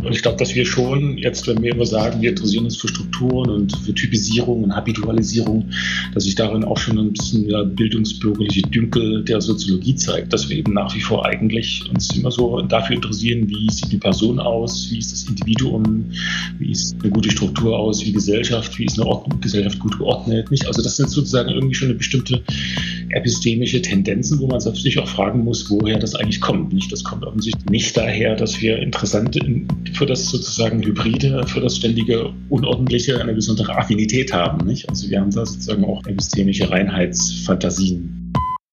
Und ich glaube, dass wir schon jetzt, wenn wir immer sagen, wir interessieren uns für Strukturen und für Typisierung und Habitualisierung, dass sich darin auch schon ein bisschen bildungsbürgerliche Dünkel der Soziologie zeigt, dass wir eben nach wie vor eigentlich uns immer so dafür interessieren, wie sieht eine Person aus, wie ist das Individuum, wie ist eine gute Struktur aus, wie Gesellschaft, wie ist eine Gesellschaft gut geordnet, nicht? Also das sind sozusagen irgendwie schon eine bestimmte epistemische Tendenzen, wo man sich auch fragen muss, woher das eigentlich kommt. Nicht, das kommt offensichtlich nicht daher, dass wir interessant für das sozusagen Hybride, für das ständige Unordentliche eine besondere Affinität haben. Nicht? Also wir haben da sozusagen auch epistemische Reinheitsfantasien.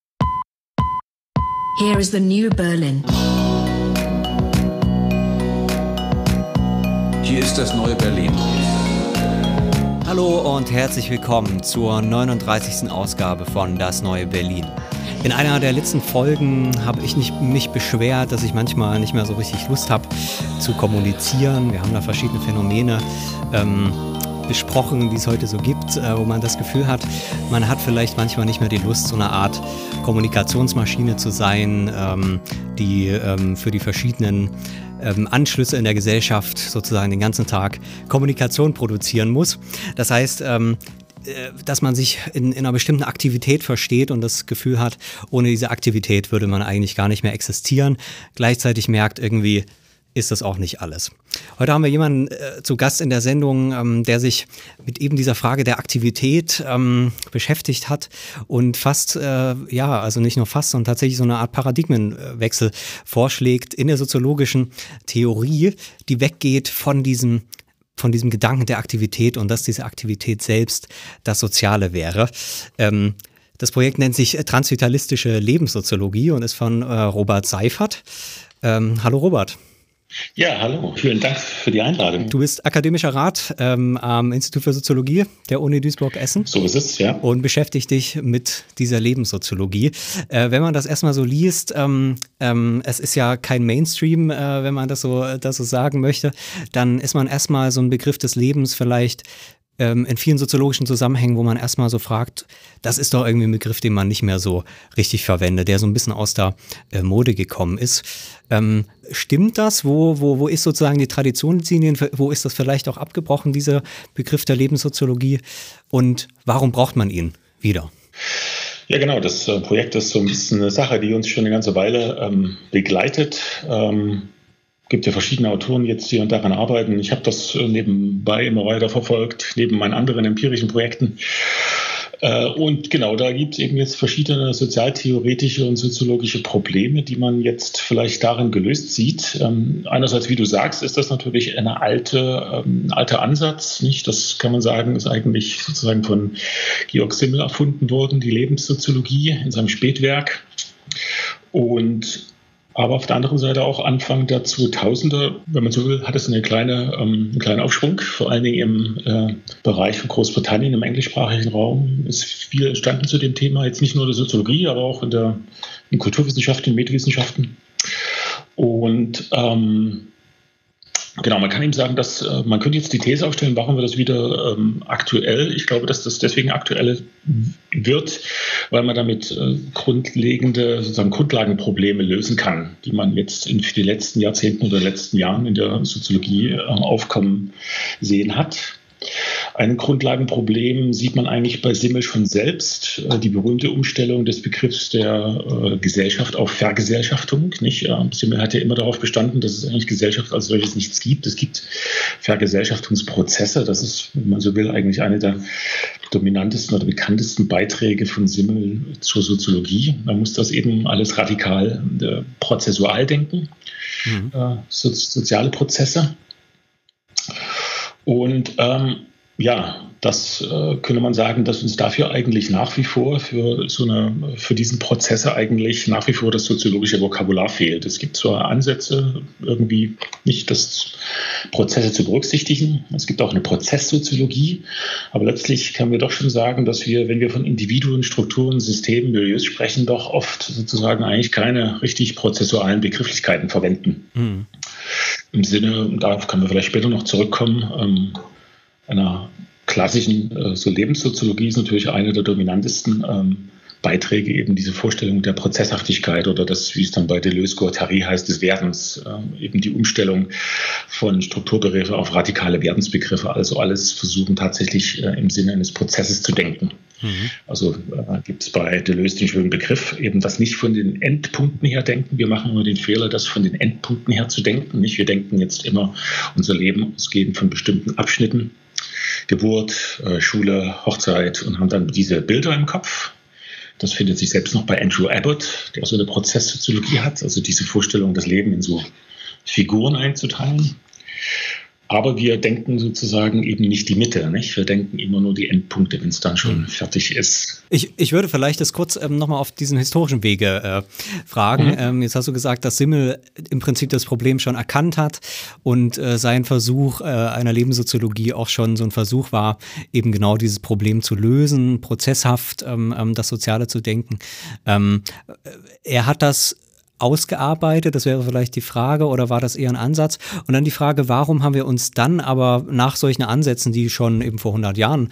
Here is the new Berlin. Hier ist das neue Berlin. Hallo und herzlich willkommen zur 39. Ausgabe von Das neue Berlin. In einer der letzten Folgen habe ich mich beschwert, dass ich manchmal nicht mehr so richtig Lust habe zu kommunizieren. Wir haben da verschiedene Phänomene besprochen, die es heute so gibt, wo man das Gefühl hat, man hat vielleicht manchmal nicht mehr die Lust, so eine Art Kommunikationsmaschine zu sein, die für die verschiedenen Anschlüsse in der Gesellschaft sozusagen den ganzen Tag Kommunikation produzieren muss. Das heißt, dass man sich in einer bestimmten Aktivität versteht und das Gefühl hat, ohne diese Aktivität würde man eigentlich gar nicht mehr existieren. Gleichzeitig merkt irgendwie, ist das auch nicht alles. Heute haben wir jemanden zu Gast in der Sendung, der sich mit eben dieser Frage der Aktivität beschäftigt hat und fast, also nicht nur fast, sondern tatsächlich so eine Art Paradigmenwechsel vorschlägt in der soziologischen Theorie, die weggeht von diesem Gedanken der Aktivität und dass diese Aktivität selbst das Soziale wäre. Das Projekt nennt sich Transvitalistische Lebenssoziologie und ist von Robert Seifert. Hallo Robert. Ja, hallo. Vielen Dank für die Einladung. Du bist akademischer Rat am Institut für Soziologie der Uni Duisburg-Essen. So ist es, ja. Und beschäftigt dich mit dieser Lebenssoziologie. Wenn man das erstmal so liest, es ist ja kein Mainstream, wenn man das so sagen möchte, dann ist man erstmal so ein Begriff des Lebens vielleicht in vielen soziologischen Zusammenhängen, wo man erstmal so fragt, das ist doch irgendwie ein Begriff, den man nicht mehr so richtig verwendet, der so ein bisschen aus der Mode gekommen ist. Stimmt das? Wo ist sozusagen die Traditionslinie? Wo ist das vielleicht auch abgebrochen, dieser Begriff der Lebenssoziologie? Und warum braucht man ihn wieder? Ja, genau. Das Projekt ist so ein bisschen eine Sache, die uns schon eine ganze Weile begleitet. Gibt ja verschiedene Autoren jetzt, die daran arbeiten. Ich habe das nebenbei immer weiter verfolgt, neben meinen anderen empirischen Projekten. Und genau, da gibt es eben jetzt verschiedene sozialtheoretische und soziologische Probleme, die man jetzt vielleicht darin gelöst sieht. Einerseits, wie du sagst, ist das natürlich ein alter Ansatz. Nicht? Das kann man sagen, ist eigentlich sozusagen von Georg Simmel erfunden worden, die Lebenssoziologie in seinem Spätwerk. Aber auf der anderen Seite auch Anfang der 2000er, wenn man so will, hat es einen kleinen Aufschwung, vor allen Dingen im Bereich von Großbritannien, im englischsprachigen Raum. Ist viel entstanden zu dem Thema, jetzt nicht nur in der Soziologie, aber auch in Kulturwissenschaften, in Medienwissenschaften. Und genau, man kann eben sagen, dass man könnte jetzt die These aufstellen, warum wir das wieder aktuell. Ich glaube, dass das deswegen aktuell wird, weil man damit grundlegende sozusagen Grundlagenprobleme lösen kann, die man jetzt in den letzten Jahrzehnten oder letzten Jahren in der Soziologie aufkommen sehen hat. Ein Grundlagenproblem sieht man eigentlich bei Simmel schon selbst, die berühmte Umstellung des Begriffs der Gesellschaft auf Vergesellschaftung. Nicht? Simmel hat ja immer darauf bestanden, dass es eigentlich Gesellschaft als solches nichts gibt. Es gibt Vergesellschaftungsprozesse. Das ist, wenn man so will, eigentlich eine der dominantesten oder bekanntesten Beiträge von Simmel zur Soziologie. Man muss das eben alles radikal prozessual denken, soziale Prozesse. Und das könnte man sagen, dass uns dafür eigentlich nach wie vor für diesen Prozesse eigentlich nach wie vor das soziologische Vokabular fehlt. Es gibt zwar Ansätze, irgendwie nicht das Prozesse zu berücksichtigen. Es gibt auch eine Prozesssoziologie, aber letztlich können wir doch schon sagen, dass wir, wenn wir von Individuen, Strukturen, Systemen, Milieus sprechen, doch oft sozusagen eigentlich keine richtig prozessualen Begrifflichkeiten verwenden. Im Sinne, darauf können wir vielleicht später noch zurückkommen, einer klassischen Lebenssoziologie ist natürlich eine der dominantesten Beiträge eben diese Vorstellung der Prozesshaftigkeit oder das, wie es dann bei Deleuze-Guattari heißt, des Werdens, eben die Umstellung von Strukturbegriffe auf radikale Werdensbegriffe, also alles versuchen tatsächlich im Sinne eines Prozesses zu denken. Also gibt es bei Deleuze den schönen Begriff, eben das nicht von den Endpunkten her denken. Wir machen nur den Fehler, das von den Endpunkten her zu denken. Nicht? Wir denken jetzt immer unser Leben ausgehend von bestimmten Abschnitten, Geburt, Schule, Hochzeit und haben dann diese Bilder im Kopf. Das findet sich selbst noch bei Andrew Abbott, der so eine Prozesssoziologie hat, also diese Vorstellung, das Leben in so Figuren einzuteilen. Aber wir denken sozusagen eben nicht die Mitte, nicht? Wir denken immer nur die Endpunkte, wenn es dann schon fertig ist. Ich würde vielleicht das kurz nochmal auf diesen historischen Wege fragen. Jetzt hast du gesagt, dass Simmel im Prinzip das Problem schon erkannt hat und sein Versuch einer Lebenssoziologie auch schon so ein Versuch war, eben genau dieses Problem zu lösen, prozesshaft das Soziale zu denken. Er hat das ausgearbeitet, das wäre vielleicht die Frage, oder war das eher ein Ansatz? Und dann die Frage, warum haben wir uns dann aber nach solchen Ansätzen, die schon eben vor 100 Jahren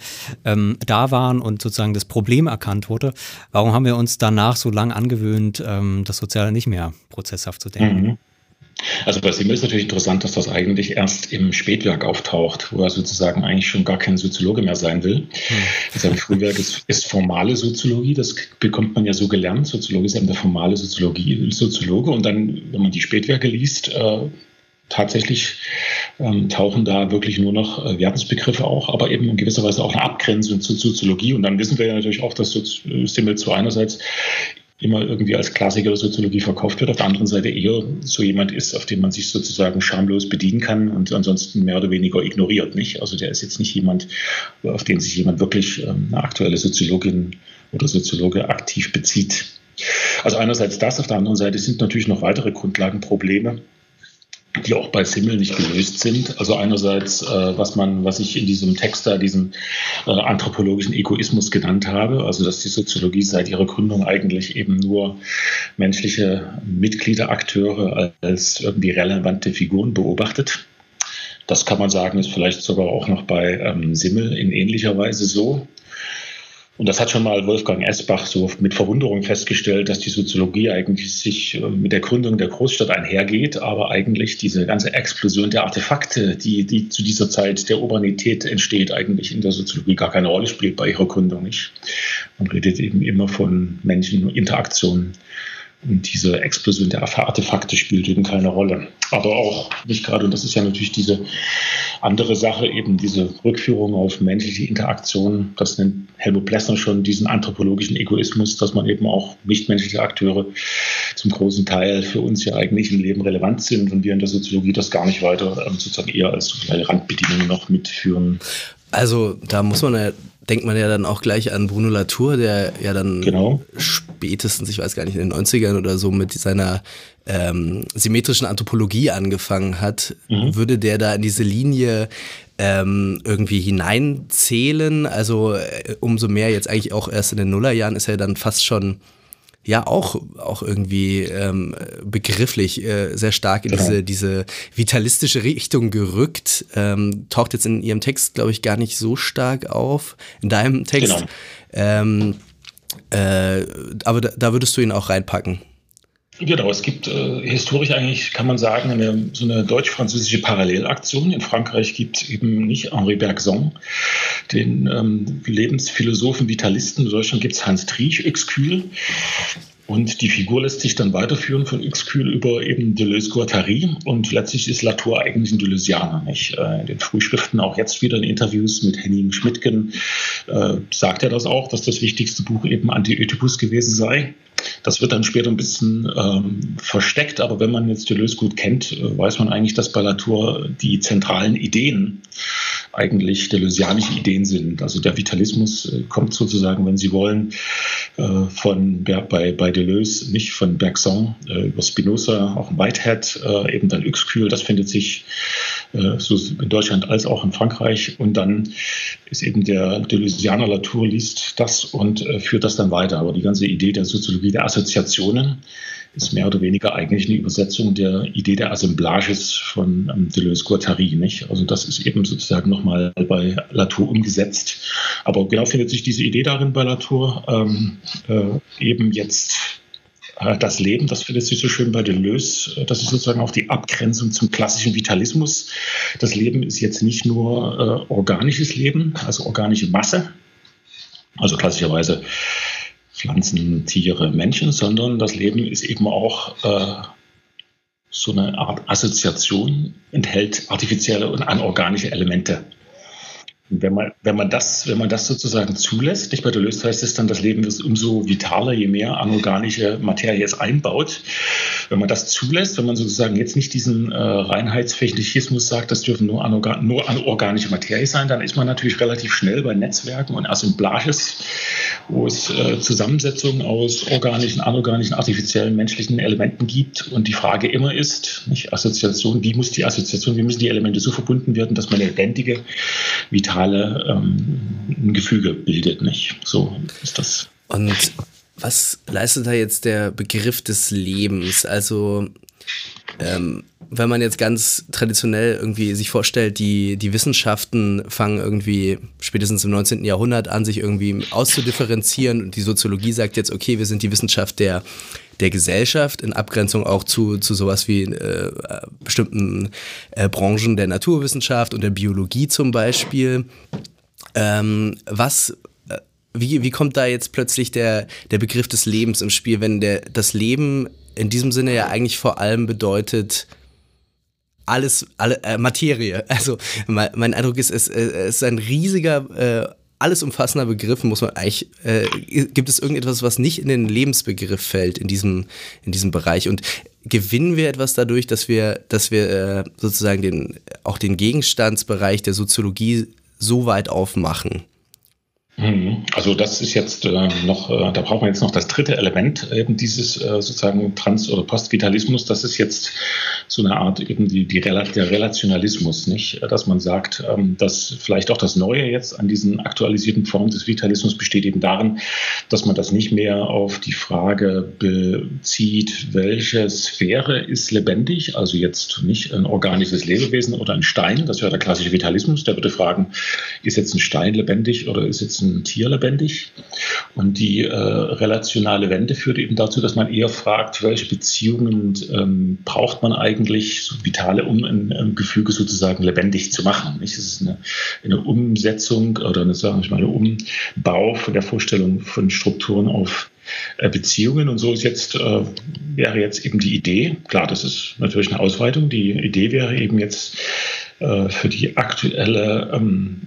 da waren und sozusagen das Problem erkannt wurde, warum haben wir uns danach so lang angewöhnt, das Soziale nicht mehr prozesshaft zu denken? Also bei Simmel ist natürlich interessant, dass das eigentlich erst im Spätwerk auftaucht, wo er sozusagen eigentlich schon gar kein Soziologe mehr sein will. Sein Frühwerk ist formale Soziologie, das bekommt man ja so gelernt. Soziologe ist eben der formale Soziologe und dann, wenn man die Spätwerke liest, tatsächlich tauchen da wirklich nur noch Werdensbegriffe auch, aber eben in gewisser Weise auch eine Abgrenzung zur Soziologie. Und dann wissen wir ja natürlich auch, dass Simmel zu einerseits immer irgendwie als Klassiker der Soziologie verkauft wird, auf der anderen Seite eher so jemand ist, auf den man sich sozusagen schamlos bedienen kann und ansonsten mehr oder weniger ignoriert, nicht? Also der ist jetzt nicht jemand, auf den sich jemand wirklich eine aktuelle Soziologin oder Soziologe aktiv bezieht. Also einerseits das, auf der anderen Seite sind natürlich noch weitere Grundlagenprobleme, die auch bei Simmel nicht gelöst sind. Also einerseits, was ich in diesem Text da, diesen anthropologischen Egoismus genannt habe, also dass die Soziologie seit ihrer Gründung eigentlich eben nur menschliche Mitglieder, Akteure als irgendwie relevante Figuren beobachtet. Das kann man sagen, ist vielleicht sogar auch noch bei Simmel in ähnlicher Weise so. Und das hat schon mal Wolfgang Esbach so mit Verwunderung festgestellt, dass die Soziologie eigentlich sich mit der Gründung der Großstadt einhergeht, aber eigentlich diese ganze Explosion der Artefakte, die zu dieser Zeit der Urbanität entsteht, eigentlich in der Soziologie gar keine Rolle spielt bei ihrer Gründung nicht. Man redet eben immer von Menscheninteraktionen. Und diese Explosion der Artefakte spielt eben keine Rolle. Aber auch nicht gerade, und das ist ja natürlich diese andere Sache, eben diese Rückführung auf menschliche Interaktion, das nennt Helmut Plessner schon diesen anthropologischen Egoismus, dass man eben auch nichtmenschliche Akteure zum großen Teil für uns ja eigentlich im Leben relevant sind und wir in der Soziologie das gar nicht weiter sozusagen eher als so kleine Randbedingungen noch mitführen. Also da denkt man ja dann auch gleich an Bruno Latour, der ja dann spätestens, ich weiß gar nicht, in den 90ern oder so mit seiner symmetrischen Anthropologie angefangen hat. Würde der da in diese Linie irgendwie hineinzählen? Also umso mehr jetzt eigentlich auch erst in den Nullerjahren ist er dann fast schon ja auch irgendwie begrifflich sehr stark in diese vitalistische Richtung gerückt. Taucht jetzt in ihrem Text, glaube ich, gar nicht so stark auf, in deinem Text. Genau. Aber da würdest du ihn auch reinpacken. Genau, es gibt historisch eigentlich, kann man sagen, so eine deutsch-französische Parallelaktion. In Frankreich gibt es eben nicht Henri Bergson, den Lebensphilosophen, Vitalisten. In Deutschland gibt es Hans Driesch, Uexküll. Und die Figur lässt sich dann weiterführen von Uexküll über eben Deleuze-Guattari. Und letztlich ist Latour eigentlich ein Deleuzianer, nicht? In den Frühschriften, auch jetzt wieder in Interviews mit Henning Schmidtgen, sagt er das auch, dass das wichtigste Buch eben Anti-Ödipus gewesen sei. Das wird dann später ein bisschen versteckt, aber wenn man jetzt Deleuze gut kennt, weiß man eigentlich, dass bei Latour die zentralen Ideen eigentlich deleuzianische Ideen sind. Also der Vitalismus kommt sozusagen, wenn Sie wollen, bei Deleuze, nicht von Bergson, über Spinoza, auch Whitehead, eben dann Uexküll, das findet sich so in Deutschland als auch in Frankreich. Und dann ist eben der Deleuzianer Latour liest das und führt das dann weiter. Aber die ganze Idee der Soziologie der Assoziationen ist mehr oder weniger eigentlich eine Übersetzung der Idee der Assemblages von Deleuze-Guattari, nicht? Also das ist eben sozusagen nochmal bei Latour umgesetzt. Aber genau findet sich diese Idee darin bei Latour, eben jetzt das Leben, das findet sich so schön bei Deleuze, das ist sozusagen auch die Abgrenzung zum klassischen Vitalismus. Das Leben ist jetzt nicht nur organisches Leben, also organische Masse, also klassischerweise Pflanzen, Tiere, Menschen, sondern das Leben ist eben auch so eine Art Assoziation, enthält artifizielle und anorganische Elemente. Und wenn man das sozusagen zulässt, nicht bei Deleuze heißt es dann, das Leben ist umso vitaler, je mehr anorganische Materie es einbaut. Wenn man das zulässt, wenn man sozusagen jetzt nicht diesen Reinheitsfetischismus sagt, das dürfen nur anorganische Materie sein, dann ist man natürlich relativ schnell bei Netzwerken und Assemblages, wo es Zusammensetzungen aus organischen, anorganischen, artifiziellen, menschlichen Elementen gibt. Und die Frage immer ist, nicht Assoziation, wie müssen die Elemente so verbunden werden, dass man eine lebendige, vitale ein Gefüge bildet, nicht? So ist das. Und was leistet da jetzt der Begriff des Lebens? Also wenn man jetzt ganz traditionell irgendwie sich vorstellt, die Wissenschaften fangen irgendwie spätestens im 19. Jahrhundert an, sich irgendwie auszudifferenzieren und die Soziologie sagt jetzt, okay, wir sind die Wissenschaft der Gesellschaft, in Abgrenzung auch zu sowas wie bestimmten Branchen der Naturwissenschaft und der Biologie zum Beispiel. Wie kommt da jetzt plötzlich der Begriff des Lebens im Spiel, wenn das Leben in diesem Sinne ja eigentlich vor allem bedeutet alle Materie. Also mein Eindruck ist, es ist ein riesiger, alles umfassender Begriff, muss man eigentlich, gibt es irgendetwas, was nicht in den Lebensbegriff fällt in diesem Bereich? Und gewinnen wir etwas dadurch, dass wir sozusagen den Gegenstandsbereich der Soziologie so weit aufmachen? Also das ist jetzt da braucht man jetzt noch das dritte Element eben dieses sozusagen Trans- oder Postvitalismus. Das ist jetzt so eine Art eben der Relationalismus, nicht? Dass man sagt, dass vielleicht auch das Neue jetzt an diesen aktualisierten Formen des Vitalismus besteht eben darin, dass man das nicht mehr auf die Frage bezieht, welche Sphäre ist lebendig, also jetzt nicht ein organisches Lebewesen oder ein Stein, das wäre der klassische Vitalismus, der würde fragen, ist jetzt ein Stein lebendig oder ist jetzt ein Tier lebendig? Und die relationale Wende führt eben dazu, dass man eher fragt, welche Beziehungen braucht man eigentlich, so vitale, um ein Gefüge sozusagen lebendig zu machen. Nicht? Das ist eine Umsetzung oder eine Umbau von der Vorstellung von Strukturen auf Beziehungen. Und so ist wäre jetzt eben die Idee, klar, das ist natürlich eine Ausweitung, die Idee wäre eben jetzt für die aktuelle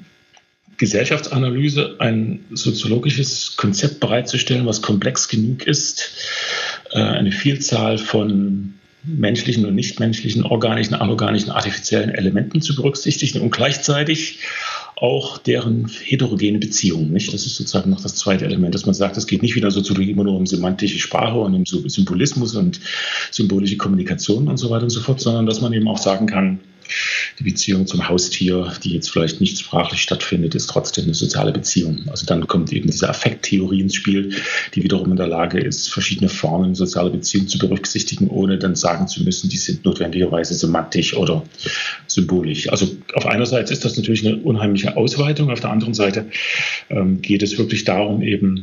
Gesellschaftsanalyse ein soziologisches Konzept bereitzustellen, was komplex genug ist, eine Vielzahl von menschlichen und nichtmenschlichen, organischen, anorganischen, artifiziellen Elementen zu berücksichtigen und gleichzeitig auch deren heterogene Beziehungen. Nicht? Das ist sozusagen noch das zweite Element, dass man sagt, es geht nicht wieder Soziologie immer nur um semantische Sprache und um Symbolismus und symbolische Kommunikation und so weiter und so fort, sondern dass man eben auch sagen kann, die Beziehung zum Haustier, die jetzt vielleicht nicht sprachlich stattfindet, ist trotzdem eine soziale Beziehung. Also dann kommt eben diese Affekttheorie ins Spiel, die wiederum in der Lage ist, verschiedene Formen sozialer Beziehungen zu berücksichtigen, ohne dann sagen zu müssen, die sind notwendigerweise semantisch oder symbolisch. Also auf einer Seite ist das natürlich eine unheimliche Ausweitung, auf der anderen Seite geht es wirklich darum, eben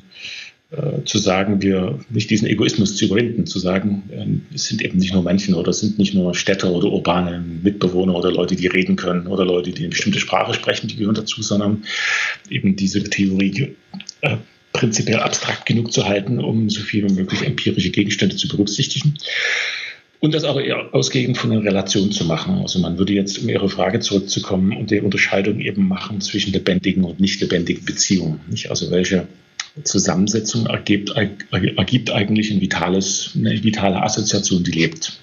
zu sagen, nicht diesen Egoismus zu überwinden, zu sagen, es sind eben nicht nur Menschen oder es sind nicht nur Städter oder urbane Mitbewohner oder Leute, die reden können oder Leute, die eine bestimmte Sprache sprechen, die gehören dazu, sondern eben diese Theorie prinzipiell abstrakt genug zu halten, um so viel wie möglich empirische Gegenstände zu berücksichtigen. Und das aber eher ausgehend von einer Relation zu machen. Also man würde jetzt, um Ihre Frage zurückzukommen, und die Unterscheidung eben machen zwischen lebendigen und nicht lebendigen Beziehungen. Nicht? Also welche Zusammensetzung ergibt eigentlich eine vitale Assoziation, die lebt.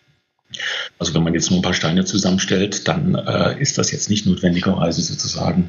Also wenn man jetzt nur ein paar Steine zusammenstellt, dann ist das jetzt nicht notwendigerweise sozusagen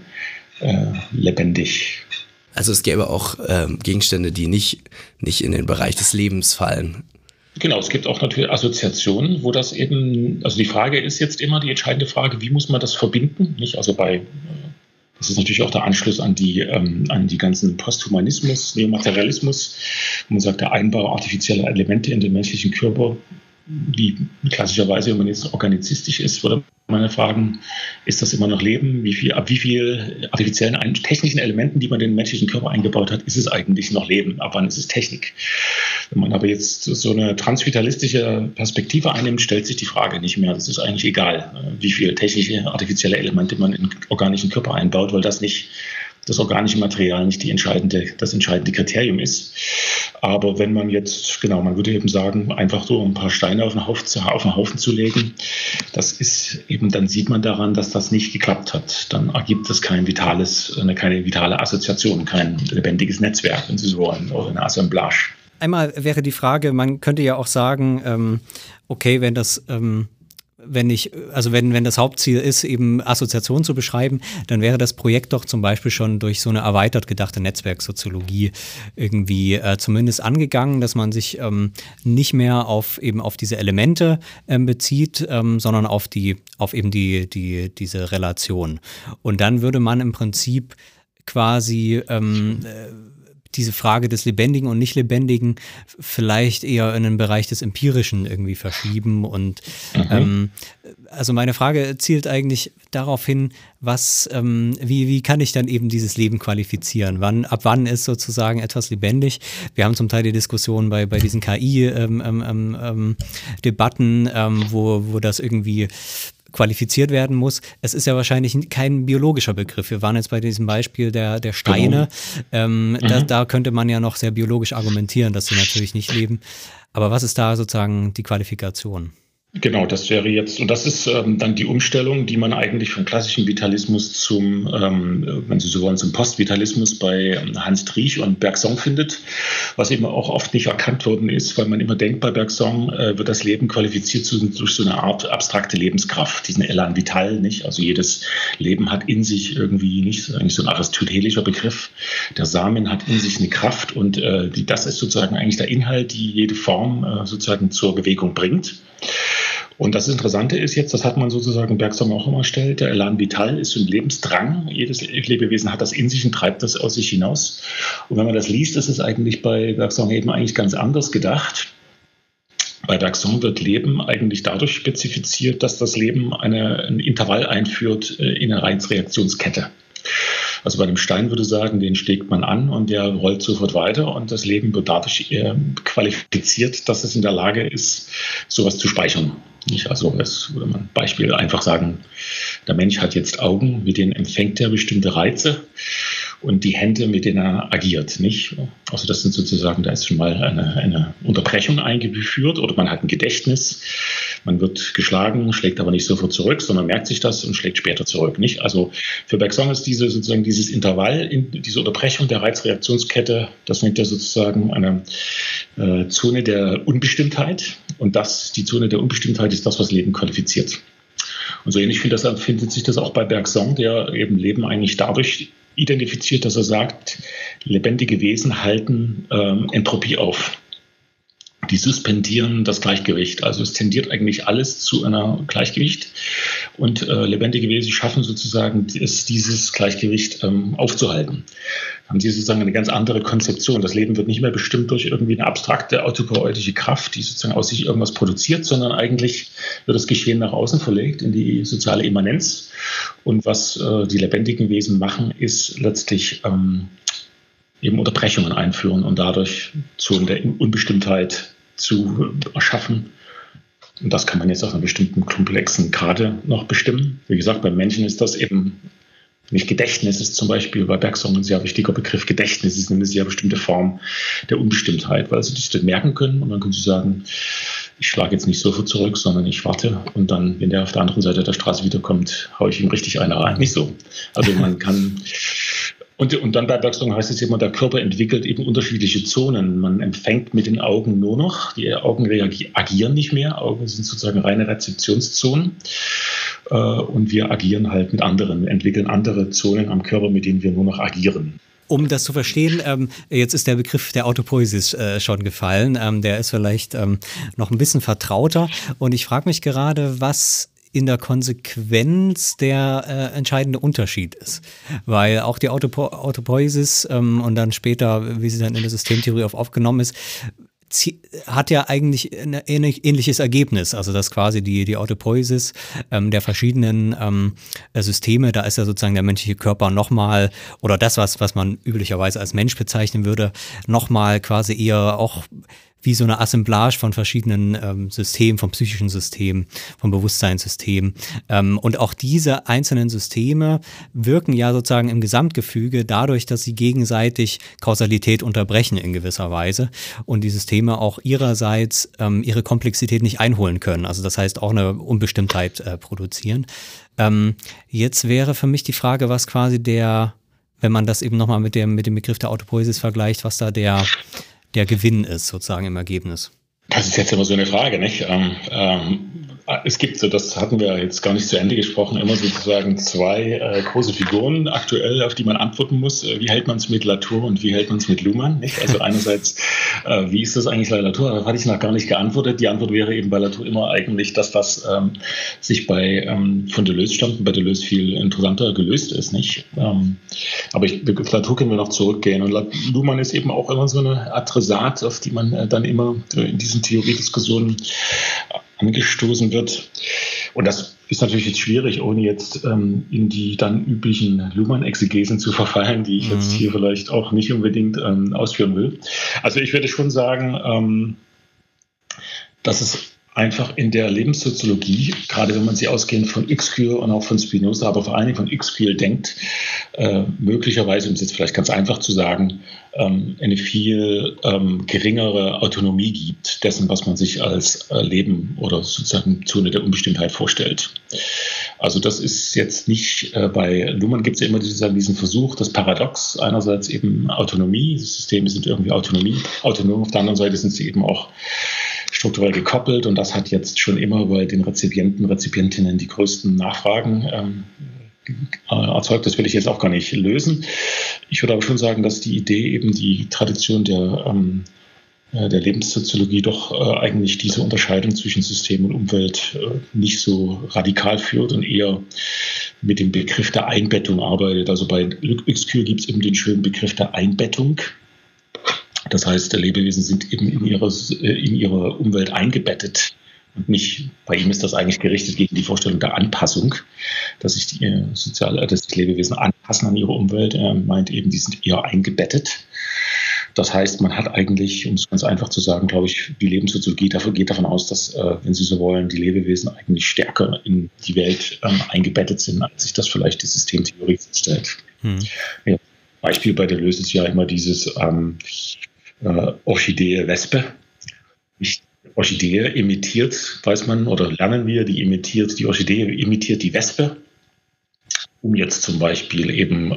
lebendig. Also es gäbe auch Gegenstände, die nicht in den Bereich des Lebens fallen. Genau, es gibt auch natürlich Assoziationen, wo das eben, also die Frage ist jetzt immer die entscheidende Frage, wie muss man das verbinden? Nicht? Also Das ist natürlich auch der Anschluss an die ganzen Posthumanismus, Neomaterialismus. Man sagt, der Einbau artifizieller Elemente in den menschlichen Körper, wie klassischerweise, wenn man jetzt organizistisch ist, würde man fragen, ist das immer noch Leben? Ab wie viel artifiziellen technischen Elementen, die man in den menschlichen Körper eingebaut hat, ist es eigentlich noch Leben? Ab wann ist es Technik? Wenn man aber jetzt so eine transvitalistische Perspektive einnimmt, stellt sich die Frage nicht mehr. Es ist eigentlich egal, wie viele technische, artifizielle Elemente man in den organischen Körper einbaut, weil das organische Material nicht das entscheidende Kriterium ist. Aber wenn man jetzt, man würde eben sagen, einfach so ein paar Steine auf den Haufen zu legen, das ist eben, dann sieht man daran, dass das nicht geklappt hat. Dann ergibt es keine vitale Assoziation, kein lebendiges Netzwerk, wenn Sie so wollen, oder eine Assemblage. Einmal wäre die Frage, man könnte ja auch sagen, okay, wenn das wenn das Hauptziel ist, eben Assoziation zu beschreiben, dann wäre das Projekt doch zum Beispiel schon durch so eine erweitert gedachte Netzwerksoziologie irgendwie zumindest angegangen, dass man sich nicht mehr auf diese Elemente bezieht, sondern auf diese Relation. Und dann würde man im Prinzip quasi diese Frage des Lebendigen und Nicht-Lebendigen vielleicht eher in den Bereich des Empirischen irgendwie verschieben. Und also meine Frage zielt eigentlich darauf hin, wie kann ich dann eben dieses Leben qualifizieren? Ab wann ist sozusagen etwas lebendig? Wir haben zum Teil die Diskussion bei diesen KI-Debatten, wo das irgendwie qualifiziert werden muss. Es ist ja wahrscheinlich kein biologischer Begriff. Wir waren jetzt bei diesem Beispiel der Steine. Da könnte man ja noch sehr biologisch argumentieren, dass sie natürlich nicht leben. Aber was ist da sozusagen die Qualifikation? Genau, das wäre jetzt, und das ist dann die Umstellung, die man eigentlich vom klassischen Vitalismus zum, wenn Sie so wollen, zum Postvitalismus bei Hans Driesch und Bergson findet, was eben auch oft nicht erkannt worden ist, weil man immer denkt, bei Bergson wird das Leben qualifiziert durch so eine Art abstrakte Lebenskraft, diesen Elan vital, nicht? Also jedes Leben hat in sich irgendwie, nicht, das ist eigentlich so ein aristotelischer Begriff, der Samen hat in sich eine Kraft und das ist sozusagen eigentlich der Inhalt, die jede Form sozusagen zur Bewegung bringt. Und das Interessante ist jetzt, das hat man sozusagen Bergson auch immer stellt, der Elan vital ist so ein Lebensdrang. Jedes Lebewesen hat das in sich und treibt das aus sich hinaus. Und wenn man das liest, ist es eigentlich bei Bergson eben eigentlich ganz anders gedacht. Bei Bergson wird Leben eigentlich dadurch spezifiziert, dass das Leben ein Intervall einführt in eine Reizreaktionskette. Also bei einem Stein würde ich sagen, den steckt man an und der rollt sofort weiter und das Leben wird dadurch qualifiziert, dass es in der Lage ist, sowas zu speichern. Also das würde man Beispiel einfach sagen, der Mensch hat jetzt Augen, mit denen empfängt er bestimmte Reize und die Hände, mit denen er agiert. Nicht? Also das sind sozusagen, da ist schon mal eine Unterbrechung eingeführt oder man hat ein Gedächtnis. Man wird geschlagen, schlägt aber nicht sofort zurück, sondern merkt sich das und schlägt später zurück. Nicht? Also für Bergson ist dieses Intervall, diese Unterbrechung der Reizreaktionskette, das nennt er sozusagen eine Zone der Unbestimmtheit. Und die Zone der Unbestimmtheit ist das, was Leben qualifiziert. Und so ähnlich findet sich das auch bei Bergson, der eben Leben eigentlich dadurch identifiziert, dass er sagt, lebendige Wesen halten Entropie auf. Die suspendieren das Gleichgewicht. Also es tendiert eigentlich alles zu einer Gleichgewicht. Und lebendige Wesen schaffen sozusagen dieses Gleichgewicht aufzuhalten. Da haben sie sozusagen eine ganz andere Konzeption. Das Leben wird nicht mehr bestimmt durch irgendwie eine abstrakte autopoietische Kraft, die sozusagen aus sich irgendwas produziert, sondern eigentlich wird das Geschehen nach außen verlegt in die soziale Immanenz. Und was die lebendigen Wesen machen, ist letztlich eben Unterbrechungen einführen und dadurch Zonen der Unbestimmtheit zu erschaffen. Und das kann man jetzt auf einer bestimmten komplexen Grade noch bestimmen. Wie gesagt, beim Menschen ist das eben nicht Gedächtnis, ist zum Beispiel bei Bergson ein sehr wichtiger Begriff. Gedächtnis ist eine sehr bestimmte Form der Unbestimmtheit, weil sie sich das merken können und dann können sie sagen, ich schlage jetzt nicht sofort zurück, sondern ich warte und dann, wenn der auf der anderen Seite der Straße wiederkommt, haue ich ihm richtig eine rein. Nicht so. Also man kann... Und dann bei Bergson heißt es immer, der Körper entwickelt eben unterschiedliche Zonen. Man empfängt mit den Augen nur noch, die Augen agieren nicht mehr, Augen sind sozusagen reine Rezeptionszonen und wir agieren halt mit anderen, entwickeln andere Zonen am Körper, mit denen wir nur noch agieren. Um das zu verstehen, jetzt ist der Begriff der Autopoiesis schon gefallen, der ist vielleicht noch ein bisschen vertrauter und ich frage mich gerade, was in der Konsequenz der entscheidende Unterschied ist. Weil auch die Autopoiesis und dann später, wie sie dann in der Systemtheorie aufgenommen ist, hat ja eigentlich ein ähnliches Ergebnis, also dass quasi die Autopoiesis der verschiedenen Systeme, da ist ja sozusagen der menschliche Körper nochmal, oder das, was man üblicherweise als Mensch bezeichnen würde, nochmal quasi eher auch wie so eine Assemblage von verschiedenen Systemen, vom psychischen System, vom Bewusstseinssystem. Und auch diese einzelnen Systeme wirken ja sozusagen im Gesamtgefüge dadurch, dass sie gegenseitig Kausalität unterbrechen in gewisser Weise und die Systeme auch ihrerseits ihre Komplexität nicht einholen können. Also das heißt auch eine Unbestimmtheit produzieren. Jetzt wäre für mich die Frage, was quasi wenn man das eben nochmal mit dem Begriff der Autopoiesis vergleicht, was da der Gewinn ist, sozusagen im Ergebnis. Das ist jetzt immer so eine Frage, nicht? Es gibt so, das hatten wir jetzt gar nicht zu Ende gesprochen, immer sozusagen zwei große Figuren aktuell, auf die man antworten muss. Wie hält man es mit Latour und wie hält man es mit Luhmann? Nicht? Also einerseits, wie ist das eigentlich bei Latour? Da hatte ich noch gar nicht geantwortet. Die Antwort wäre eben bei Latour immer eigentlich das, was sich von Deleuze stammt und bei Deleuze viel interessanter gelöst ist. Nicht? Aber auf Latour können wir noch zurückgehen. Und Luhmann ist eben auch immer so eine Adressat, auf die man dann immer in diesen Theoriediskussionen angestoßen wird. Und das ist natürlich jetzt schwierig, ohne jetzt in die dann üblichen Luhmann-Exegesen zu verfallen, die ich jetzt hier vielleicht auch nicht unbedingt ausführen will. Also ich würde schon sagen, dass es einfach in der Lebenssoziologie, gerade wenn man sie ausgehend von Uexküll und auch von Spinoza, aber vor allen Dingen von Uexküll denkt, möglicherweise, um es jetzt vielleicht ganz einfach zu sagen, eine viel geringere Autonomie gibt dessen, was man sich als Leben oder sozusagen Zone der Unbestimmtheit vorstellt. Also das ist jetzt nicht, bei Luhmann gibt es ja immer diesen Versuch, das Paradox, einerseits eben Autonomie, die Systeme sind irgendwie autonom, auf der anderen Seite sind sie eben auch strukturell gekoppelt und das hat jetzt schon immer bei den Rezipientinnen die größten Nachfragen erzeugt. Das will ich jetzt auch gar nicht lösen. Ich würde aber schon sagen, dass die Idee eben die Tradition der Lebenssoziologie doch eigentlich diese Unterscheidung zwischen System und Umwelt nicht so radikal führt und eher mit dem Begriff der Einbettung arbeitet. Also bei Uexküll gibt es eben den schönen Begriff der Einbettung. Das heißt, Lebewesen sind eben in ihre Umwelt eingebettet und nicht, bei ihm ist das eigentlich gerichtet gegen die Vorstellung der Anpassung, dass sich die Lebewesen anpassen an ihre Umwelt. Er meint eben, die sind eher eingebettet. Das heißt, man hat eigentlich, um es ganz einfach zu sagen, glaube ich, die Lebenssoziologie geht davon aus, dass, wenn Sie so wollen, die Lebewesen eigentlich stärker in die Welt eingebettet sind, als sich das vielleicht die Systemtheorie vorstellt. Ja, Beispiel bei Deleuze ist ja immer dieses Orchidee-Wespe. Orchidee imitiert, weiß man, oder lernen wir, die Orchidee imitiert die Wespe, um jetzt zum Beispiel eben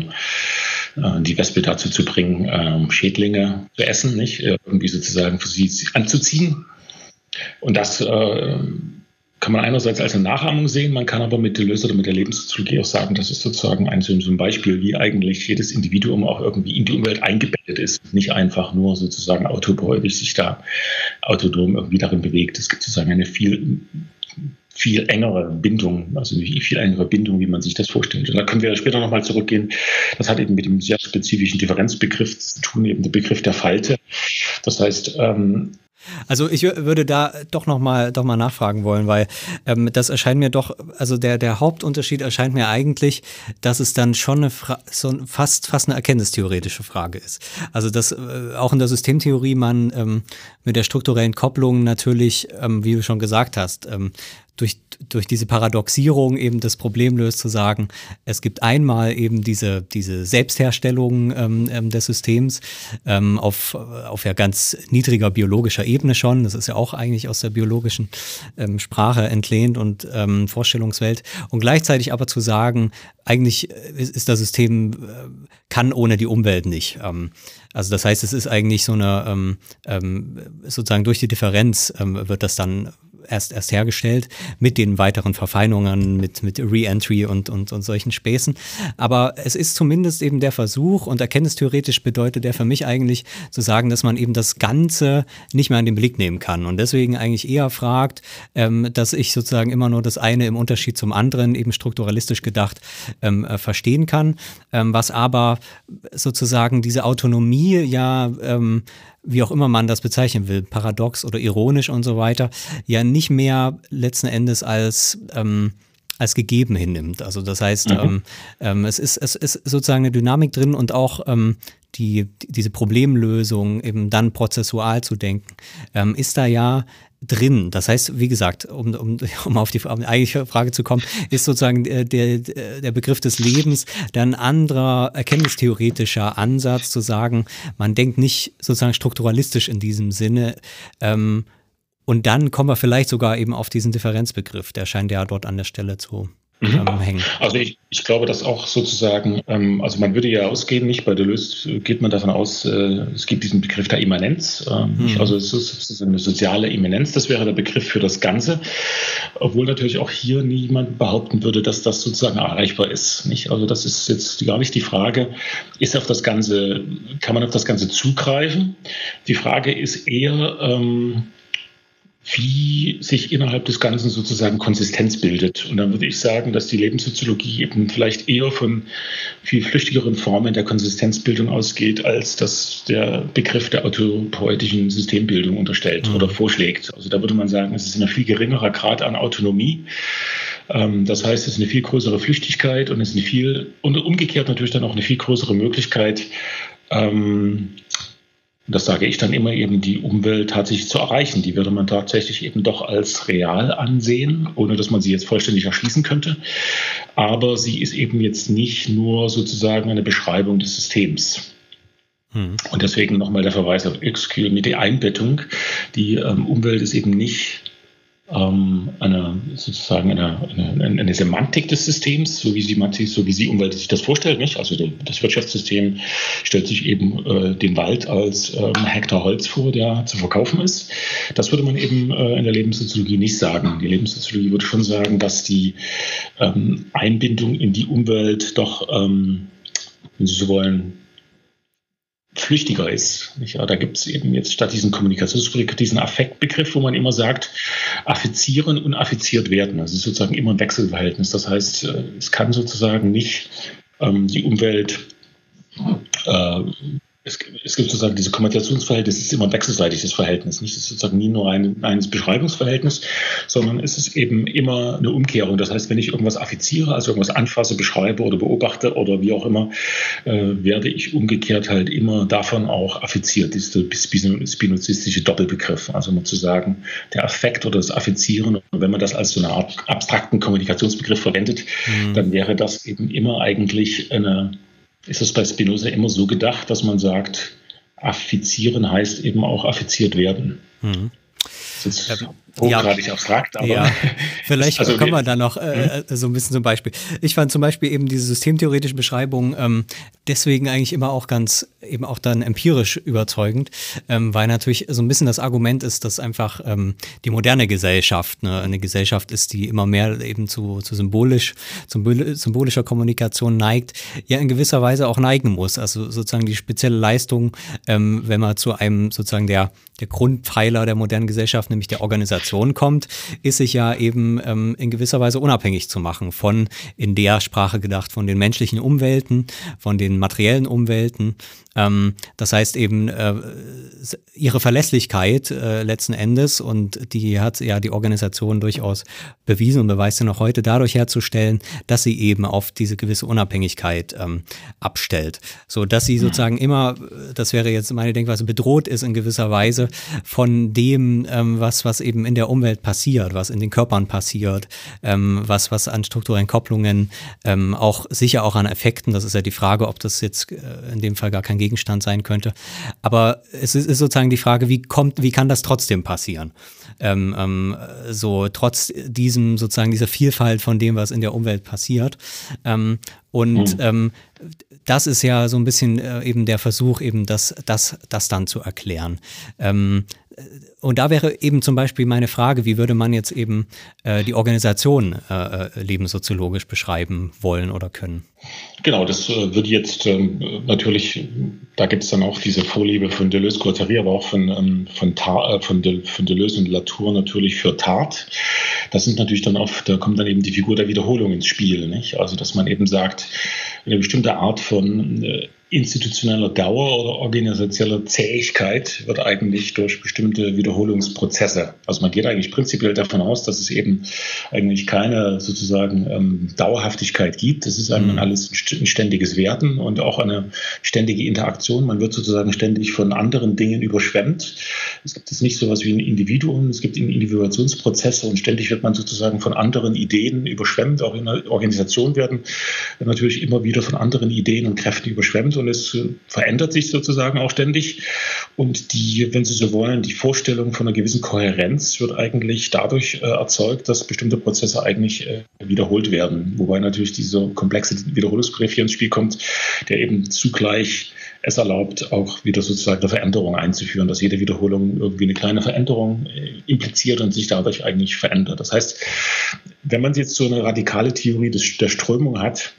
die Wespe dazu zu bringen, Schädlinge zu essen, nicht? Irgendwie sozusagen für sie anzuziehen. Und das kann man einerseits als eine Nachahmung sehen, man kann aber mit Deleuze oder mit der Lebenssoziologie auch sagen, das ist sozusagen so ein Beispiel, wie eigentlich jedes Individuum auch irgendwie in die Umwelt eingebettet ist, nicht einfach nur sozusagen autopoietisch sich da autonom irgendwie darin bewegt. Es gibt sozusagen eine viel engere Bindung, also eine viel engere Bindung, wie man sich das vorstellt. Und da können wir später nochmal zurückgehen. Das hat eben mit dem sehr spezifischen Differenzbegriff zu tun, eben der Begriff der Falte. Das heißt, also ich würde da doch mal nachfragen wollen, weil das erscheint mir doch, also der Hauptunterschied erscheint mir eigentlich, dass es dann schon fast eine erkenntnistheoretische Frage ist. Also dass auch in der Systemtheorie man mit der strukturellen Kopplung natürlich, wie du schon gesagt hast, durch diese Paradoxierung eben das Problem löst, zu sagen, es gibt einmal eben diese Selbstherstellung des Systems auf ja ganz niedriger biologischer Ebene schon. Das ist ja auch eigentlich aus der biologischen Sprache entlehnt und Vorstellungswelt. Und gleichzeitig aber zu sagen, eigentlich ist das System, kann ohne die Umwelt nicht. Also das heißt, es ist eigentlich so eine, sozusagen durch die Differenz wird das dann erst hergestellt, mit den weiteren Verfeinungen, mit Re-Entry und solchen Späßen. Aber es ist zumindest eben der Versuch, und erkenntnistheoretisch bedeutet der für mich eigentlich zu sagen, dass man eben das Ganze nicht mehr in den Blick nehmen kann und deswegen eigentlich eher fragt, dass ich sozusagen immer nur das eine im Unterschied zum anderen eben strukturalistisch gedacht verstehen kann, was aber sozusagen diese Autonomie ja wie auch immer man das bezeichnen will, paradox oder ironisch und so weiter, ja nicht mehr letzten Endes als gegeben hinnimmt. Also das heißt, es ist sozusagen eine Dynamik drin und auch diese Problemlösung eben dann prozessual zu denken, ist da ja drin. Das heißt, wie gesagt, um auf die eigentliche Frage zu kommen, ist sozusagen der Begriff des Lebens dann ein anderer erkenntnistheoretischer Ansatz, zu sagen, man denkt nicht sozusagen strukturalistisch in diesem Sinne, und dann kommen wir vielleicht sogar eben auf diesen Differenzbegriff, der scheint ja dort an der Stelle zu hängen. Also ich glaube, dass auch sozusagen, also man würde ja ausgehen, nicht bei Deleuze geht man davon aus, es gibt diesen Begriff der Immanenz, also es ist eine soziale Immanenz, das wäre der Begriff für das Ganze, obwohl natürlich auch hier niemand behaupten würde, dass das sozusagen erreichbar ist, nicht? Also das ist jetzt gar nicht die Frage, kann man auf das Ganze zugreifen? Die Frage ist eher, wie sich innerhalb des Ganzen sozusagen Konsistenz bildet. Und dann würde ich sagen, dass die Lebenssoziologie eben vielleicht eher von viel flüchtigeren Formen der Konsistenzbildung ausgeht, als das der Begriff der autopoetischen Systembildung unterstellt oder vorschlägt. Also da würde man sagen, es ist ein viel geringerer Grad an Autonomie. Das heißt, es ist eine viel größere Flüchtigkeit und es ist und umgekehrt natürlich dann auch eine viel größere Möglichkeit, das sage ich dann immer, eben die Umwelt tatsächlich zu erreichen. Die würde man tatsächlich eben doch als real ansehen, ohne dass man sie jetzt vollständig erschließen könnte. Aber sie ist eben jetzt nicht nur sozusagen eine Beschreibung des Systems. Und deswegen nochmal der Verweis auf mit der Einbettung. Die Umwelt ist eben nicht eine Semantik des Systems, so wie sie Umwelt sich das vorstellt, nicht? Also das Wirtschaftssystem stellt sich eben den Wald als Hektar Holz vor, der zu verkaufen ist. Das würde man eben in der Lebenssoziologie nicht sagen. Die Lebenssoziologie würde schon sagen, dass die Einbindung in die Umwelt doch, wenn Sie so wollen, flüchtiger ist. Ja, da gibt es eben jetzt statt diesem Kommunikationsbegriff diesen Affektbegriff, wo man immer sagt, affizieren und affiziert werden. Das ist sozusagen immer ein Wechselverhältnis. Das heißt, es kann sozusagen nicht die Umwelt, es gibt sozusagen diese Kommunikationsverhältnis, es ist immer ein wechselseitiges Verhältnis. Nicht? Es ist sozusagen nie nur ein Beschreibungsverhältnis, sondern es ist eben immer eine Umkehrung. Das heißt, wenn ich irgendwas affiziere, also irgendwas anfasse, beschreibe oder beobachte oder wie auch immer, werde ich umgekehrt halt immer davon auch affiziert. Das ist der spinozistische Doppelbegriff. Also mal zu sagen, der Affekt oder das Affizieren, und wenn man das als so eine Art abstrakten Kommunikationsbegriff verwendet, dann wäre das eben immer eigentlich ist es bei Spinoza immer so gedacht, dass man sagt, affizieren heißt eben auch affiziert werden. Das ist hochgradig abstrakt, aber... Ja, vielleicht kommen wir da noch so ein bisschen zum Beispiel. Ich fand zum Beispiel eben diese systemtheoretische Beschreibung deswegen eigentlich immer auch eben auch dann empirisch überzeugend, weil natürlich so ein bisschen das Argument ist, dass einfach die moderne Gesellschaft eine Gesellschaft ist, die immer mehr eben zu symbolischer Kommunikation neigt, ja in gewisser Weise auch neigen muss. Also sozusagen die spezielle Leistung, wenn man zu einem sozusagen der Grundpfeiler der modernen Gesellschaft, nämlich der Organisation kommt, ist sich ja eben in gewisser Weise unabhängig zu machen von, in der Sprache gedacht, von den menschlichen Umwelten, von den materiellen Umwelten. Das heißt eben ihre Verlässlichkeit letzten Endes, und die hat ja die Organisation durchaus bewiesen und beweist sie noch heute, dadurch herzustellen, dass sie eben auf diese gewisse Unabhängigkeit abstellt. So dass sie sozusagen immer, das wäre jetzt meine Denkweise, bedroht ist in gewisser Weise von dem, was eben in der Umwelt passiert, was in den Körpern passiert, was an strukturellen Kopplungen, sicher auch an Effekten, das ist ja die Frage, ob das jetzt in dem Fall gar kein Gegenstand sein könnte. Aber es ist sozusagen die Frage, wie kann das trotzdem passieren? So trotz sozusagen dieser Vielfalt von dem, was in der Umwelt passiert. Das ist ja so ein bisschen eben der Versuch, eben das dann zu erklären. Und da wäre eben zum Beispiel meine Frage, wie würde man jetzt eben die Organisation lebenssoziologisch beschreiben wollen oder können? Genau, das wird jetzt natürlich, da gibt es dann auch diese Vorliebe von Deleuze-Guattari, aber auch von Deleuze und Latour natürlich für Tat. Das sind natürlich dann oft, da kommt dann eben die Figur der Wiederholung ins Spiel, nicht? Also dass man eben sagt, eine bestimmte Art von institutioneller Dauer oder organisationeller Zähigkeit wird eigentlich durch bestimmte Wiederholungsprozesse. Also man geht eigentlich prinzipiell davon aus, dass es eben eigentlich keine sozusagen Dauerhaftigkeit gibt. Das ist einmal alles ein ständiges Werden und auch eine ständige Interaktion. Man wird sozusagen ständig von anderen Dingen überschwemmt. Es gibt jetzt nicht so etwas wie ein Individuum, es gibt Individuationsprozesse und ständig wird man sozusagen von anderen Ideen überschwemmt. Auch in der Organisation werden natürlich immer wieder von anderen Ideen und Kräften überschwemmt. Und es verändert sich sozusagen auch ständig. Und die, wenn Sie so wollen, die Vorstellung von einer gewissen Kohärenz wird eigentlich dadurch erzeugt, dass bestimmte Prozesse eigentlich wiederholt werden. Wobei natürlich dieser komplexe Wiederholungsbegriff hier ins Spiel kommt, der eben zugleich es erlaubt, auch wieder sozusagen eine Veränderung einzuführen, dass jede Wiederholung irgendwie eine kleine Veränderung impliziert und sich dadurch eigentlich verändert. Das heißt, wenn man jetzt so eine radikale Theorie der Strömung hat,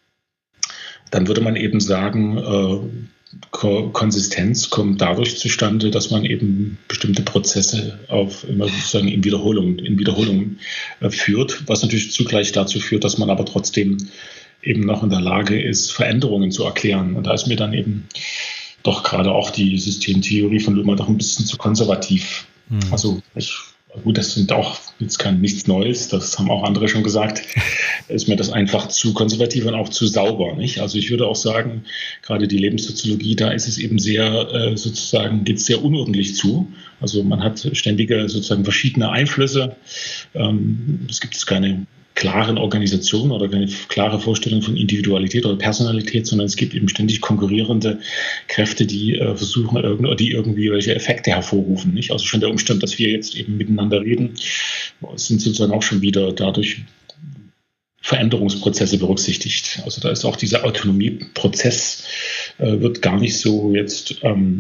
dann würde man eben sagen, Konsistenz kommt dadurch zustande, dass man eben bestimmte Prozesse auf immer sozusagen in Wiederholung führt, was natürlich zugleich dazu führt, dass man aber trotzdem eben noch in der Lage ist, Veränderungen zu erklären. Und da ist mir dann eben doch gerade auch die Systemtheorie von Luhmann doch ein bisschen zu konservativ. Also gut, das sind auch jetzt nichts Neues, das haben auch andere schon gesagt, ist mir das einfach zu konservativ und auch zu sauber, nicht? Also ich würde auch sagen, gerade die Lebenssoziologie, da ist es eben sehr, sozusagen, geht es sehr unordentlich zu. Also man hat ständige, sozusagen verschiedene Einflüsse. Es gibt keine klaren Organisationen oder keine klare Vorstellung von Individualität oder Personalität, sondern es gibt eben ständig konkurrierende Kräfte, die versuchen, die irgendwie welche Effekte hervorrufen. Nicht? Also schon der Umstand, dass wir jetzt eben miteinander reden, sind sozusagen auch schon wieder dadurch Veränderungsprozesse berücksichtigt. Also da ist auch dieser Autonomieprozess wird gar nicht so jetzt,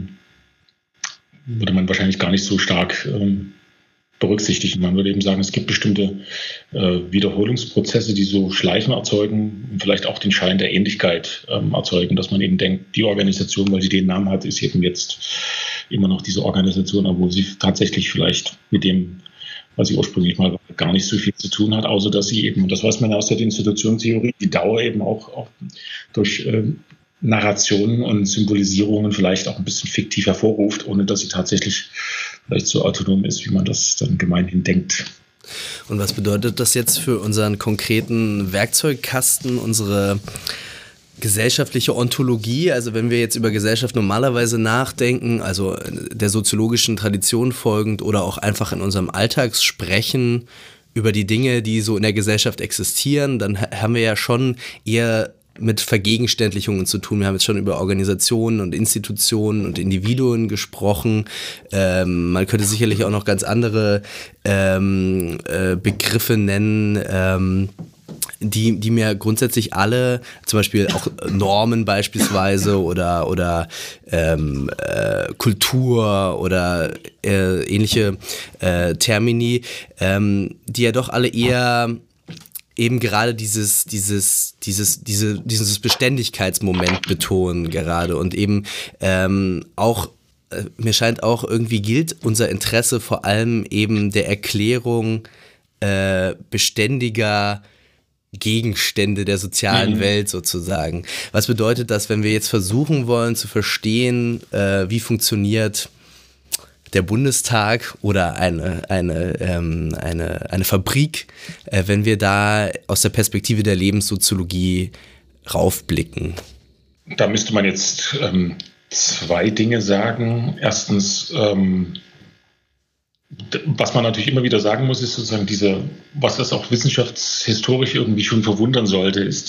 würde man wahrscheinlich gar nicht so stark berücksichtigen. Man würde eben sagen, es gibt bestimmte Wiederholungsprozesse, die so Schleifen erzeugen und vielleicht auch den Schein der Ähnlichkeit erzeugen, dass man eben denkt, die Organisation, weil sie den Namen hat, ist eben jetzt immer noch diese Organisation, obwohl sie tatsächlich vielleicht mit dem, was sie ursprünglich mal gar nicht so viel zu tun hat, außer dass sie eben, und das weiß man ja aus der Institutionstheorie, die Dauer eben auch durch Narrationen und Symbolisierungen vielleicht auch ein bisschen fiktiv hervorruft, ohne dass sie tatsächlich vielleicht so autonom ist, wie man das dann gemeinhin denkt. Und was bedeutet das jetzt für unseren konkreten Werkzeugkasten, unsere gesellschaftliche Ontologie? Also wenn wir jetzt über Gesellschaft normalerweise nachdenken, also der soziologischen Tradition folgend oder auch einfach in unserem Alltag sprechen über die Dinge, die so in der Gesellschaft existieren, dann haben wir ja schon eher mit Vergegenständlichungen zu tun. Wir haben jetzt schon über Organisationen und Institutionen und Individuen gesprochen. Man könnte sicherlich auch noch ganz andere Begriffe nennen, die mir grundsätzlich alle, zum Beispiel auch Normen beispielsweise oder Kultur oder ähnliche Termini, die ja doch alle eher eben gerade dieses Beständigkeitsmoment betonen gerade und eben auch, mir scheint auch irgendwie gilt unser Interesse vor allem eben der Erklärung beständiger Gegenstände der sozialen Welt sozusagen. Was bedeutet das, wenn wir jetzt versuchen wollen zu verstehen, wie funktioniert der Bundestag oder eine Fabrik, wenn wir da aus der Perspektive der Lebenssoziologie raufblicken? Da müsste man jetzt zwei Dinge sagen. Erstens, was man natürlich immer wieder sagen muss, ist sozusagen was das auch wissenschaftshistorisch irgendwie schon verwundern sollte, ist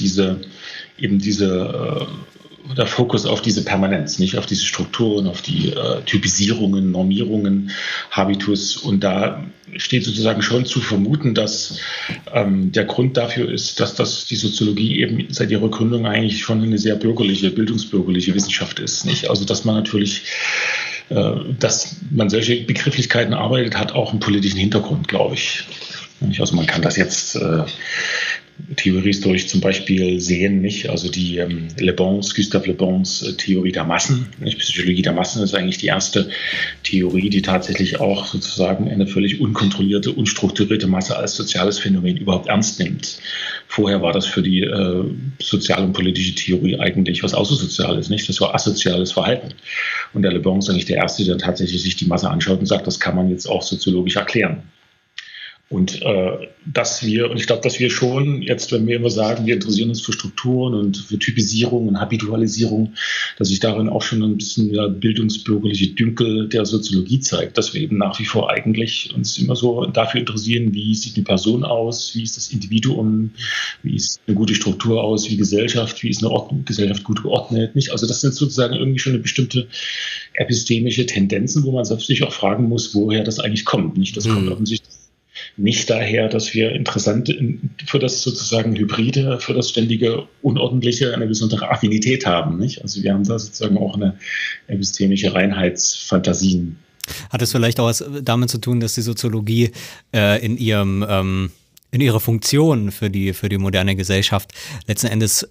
der Fokus auf diese Permanenz, nicht auf diese Strukturen, auf die Typisierungen, Normierungen, Habitus. Und da steht sozusagen schon zu vermuten, dass der Grund dafür ist, dass die Soziologie eben seit ihrer Gründung eigentlich schon eine sehr bildungsbürgerliche Wissenschaft ist, nicht? Also dass man natürlich dass man solche Begrifflichkeiten arbeitet, hat auch einen politischen Hintergrund, glaube ich. Also man kann das jetzt theoriehistorisch zum Beispiel sehen, nicht? Also die Gustave Le Bons Theorie der Massen, nicht? Psychologie der Massen ist eigentlich die erste Theorie, die tatsächlich auch sozusagen eine völlig unkontrollierte, unstrukturierte Masse als soziales Phänomen überhaupt ernst nimmt. Vorher war das für die sozial- und politische Theorie eigentlich was Außersoziales, nicht? Das war asoziales Verhalten. Und der Le Bon ist eigentlich der Erste, der tatsächlich sich die Masse anschaut und sagt, das kann man jetzt auch soziologisch erklären. Und ich glaube, dass wir schon jetzt, wenn wir immer sagen, wir interessieren uns für Strukturen und für Typisierung und Habitualisierung, dass sich darin auch schon ein bisschen bildungsbürgerliche Dünkel der Soziologie zeigt, dass wir eben nach wie vor eigentlich uns immer so dafür interessieren, wie sieht eine Person aus, wie ist das Individuum, wie ist eine gute Struktur aus, wie Gesellschaft, wie ist eine Gesellschaft gut geordnet, nicht? Also das sind sozusagen irgendwie schon eine bestimmte epistemische Tendenzen, wo man sich auch fragen muss, woher das eigentlich kommt, nicht? Das kommt offensichtlich nicht daher, dass wir für das sozusagen Hybride, für das ständige Unordentliche eine besondere Affinität haben, nicht? Also wir haben da sozusagen auch eine epistemische Reinheitsfantasien. Hat es vielleicht auch was damit zu tun, dass die Soziologie in ihrer Funktion für die moderne Gesellschaft letzten Endes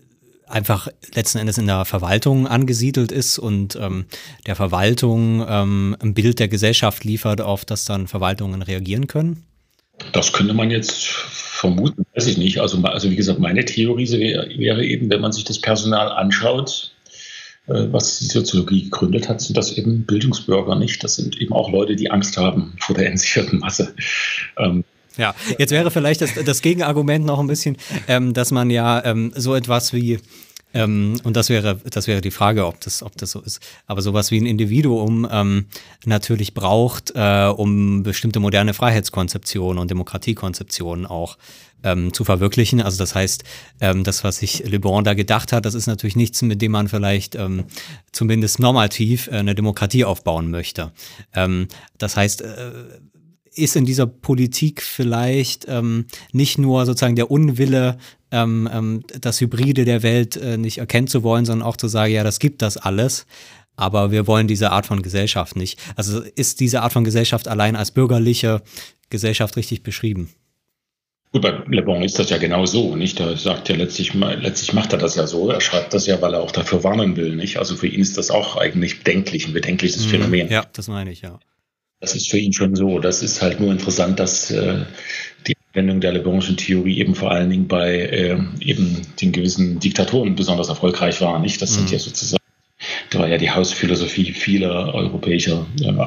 in der Verwaltung angesiedelt ist und der Verwaltung ein Bild der Gesellschaft liefert, auf das dann Verwaltungen reagieren können? Das könnte man jetzt vermuten, weiß ich nicht. Also wie gesagt, meine Theorie wäre eben, wenn man sich das Personal anschaut, was die Soziologie gegründet hat, sind das eben Bildungsbürger, nicht? Das sind eben auch Leute, die Angst haben vor der entsicherten Masse. Ja, jetzt wäre vielleicht das Gegenargument noch ein bisschen, dass man ja so etwas wie, und das wäre die Frage, ob das so ist, aber sowas wie ein Individuum natürlich braucht, um bestimmte moderne Freiheitskonzeptionen und Demokratiekonzeptionen auch zu verwirklichen. Also das heißt, das, was sich Le Bon da gedacht hat, das ist natürlich nichts, mit dem man vielleicht zumindest normativ eine Demokratie aufbauen möchte. Das heißt, ist in dieser Politik vielleicht nicht nur sozusagen der Unwille, das Hybride der Welt nicht erkennen zu wollen, sondern auch zu sagen, ja, das gibt das alles, aber wir wollen diese Art von Gesellschaft nicht. Also ist diese Art von Gesellschaft allein als bürgerliche Gesellschaft richtig beschrieben? Gut, bei Le Bon ist das ja genau so, nicht? Er sagt ja letztlich macht er das ja so. Er schreibt das ja, weil er auch dafür warnen will, nicht? Also für ihn ist das auch eigentlich ein bedenkliches Phänomen. Ja, das meine ich, ja. Das ist für ihn schon so. Das ist halt nur interessant, dass die Anwendung der Le Bon'schen Theorie eben vor allen Dingen bei eben den gewissen Diktatoren besonders erfolgreich war, nicht? Das sind ja sozusagen, da war ja die Hausphilosophie vieler alteuropäischer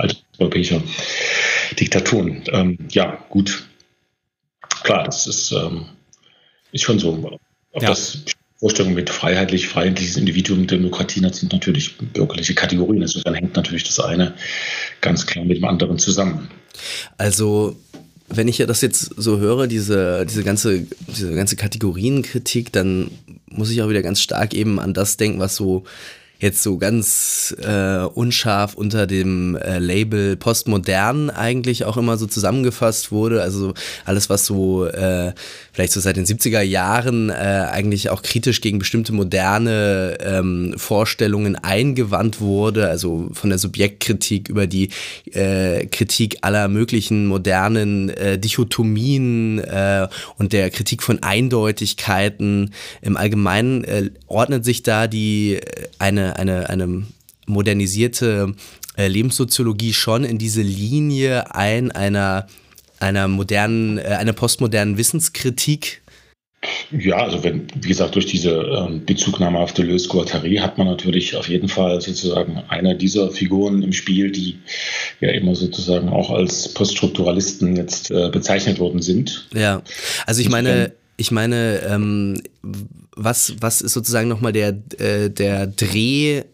Diktaturen. Ja, gut. Klar, das ist schon so. Ob das Vorstellungen mit freiheitliches Individuum, Demokratie, das sind natürlich bürgerliche Kategorien. Insofern hängt natürlich das eine ganz klar mit dem anderen zusammen. Also, wenn ich ja das jetzt so höre, diese ganze Kategorienkritik, dann muss ich auch wieder ganz stark eben an das denken, was so jetzt so ganz unscharf unter dem Label Postmodern eigentlich auch immer so zusammengefasst wurde. Also alles, was so vielleicht so seit den 70er Jahren eigentlich auch kritisch gegen bestimmte moderne Vorstellungen eingewandt wurde. Also von der Subjektkritik über die Kritik aller möglichen modernen Dichotomien und der Kritik von Eindeutigkeiten. Im Allgemeinen ordnet sich da eine modernisierte Lebenssoziologie schon in diese Linie einer postmodernen Wissenskritik? Ja, also wie gesagt, durch diese Bezugnahme auf Deleuze-Guattari hat man natürlich auf jeden Fall sozusagen eine dieser Figuren im Spiel, die ja immer sozusagen auch als Poststrukturalisten jetzt bezeichnet worden sind. Ja, also ich meine, was ist sozusagen nochmal der Dreh,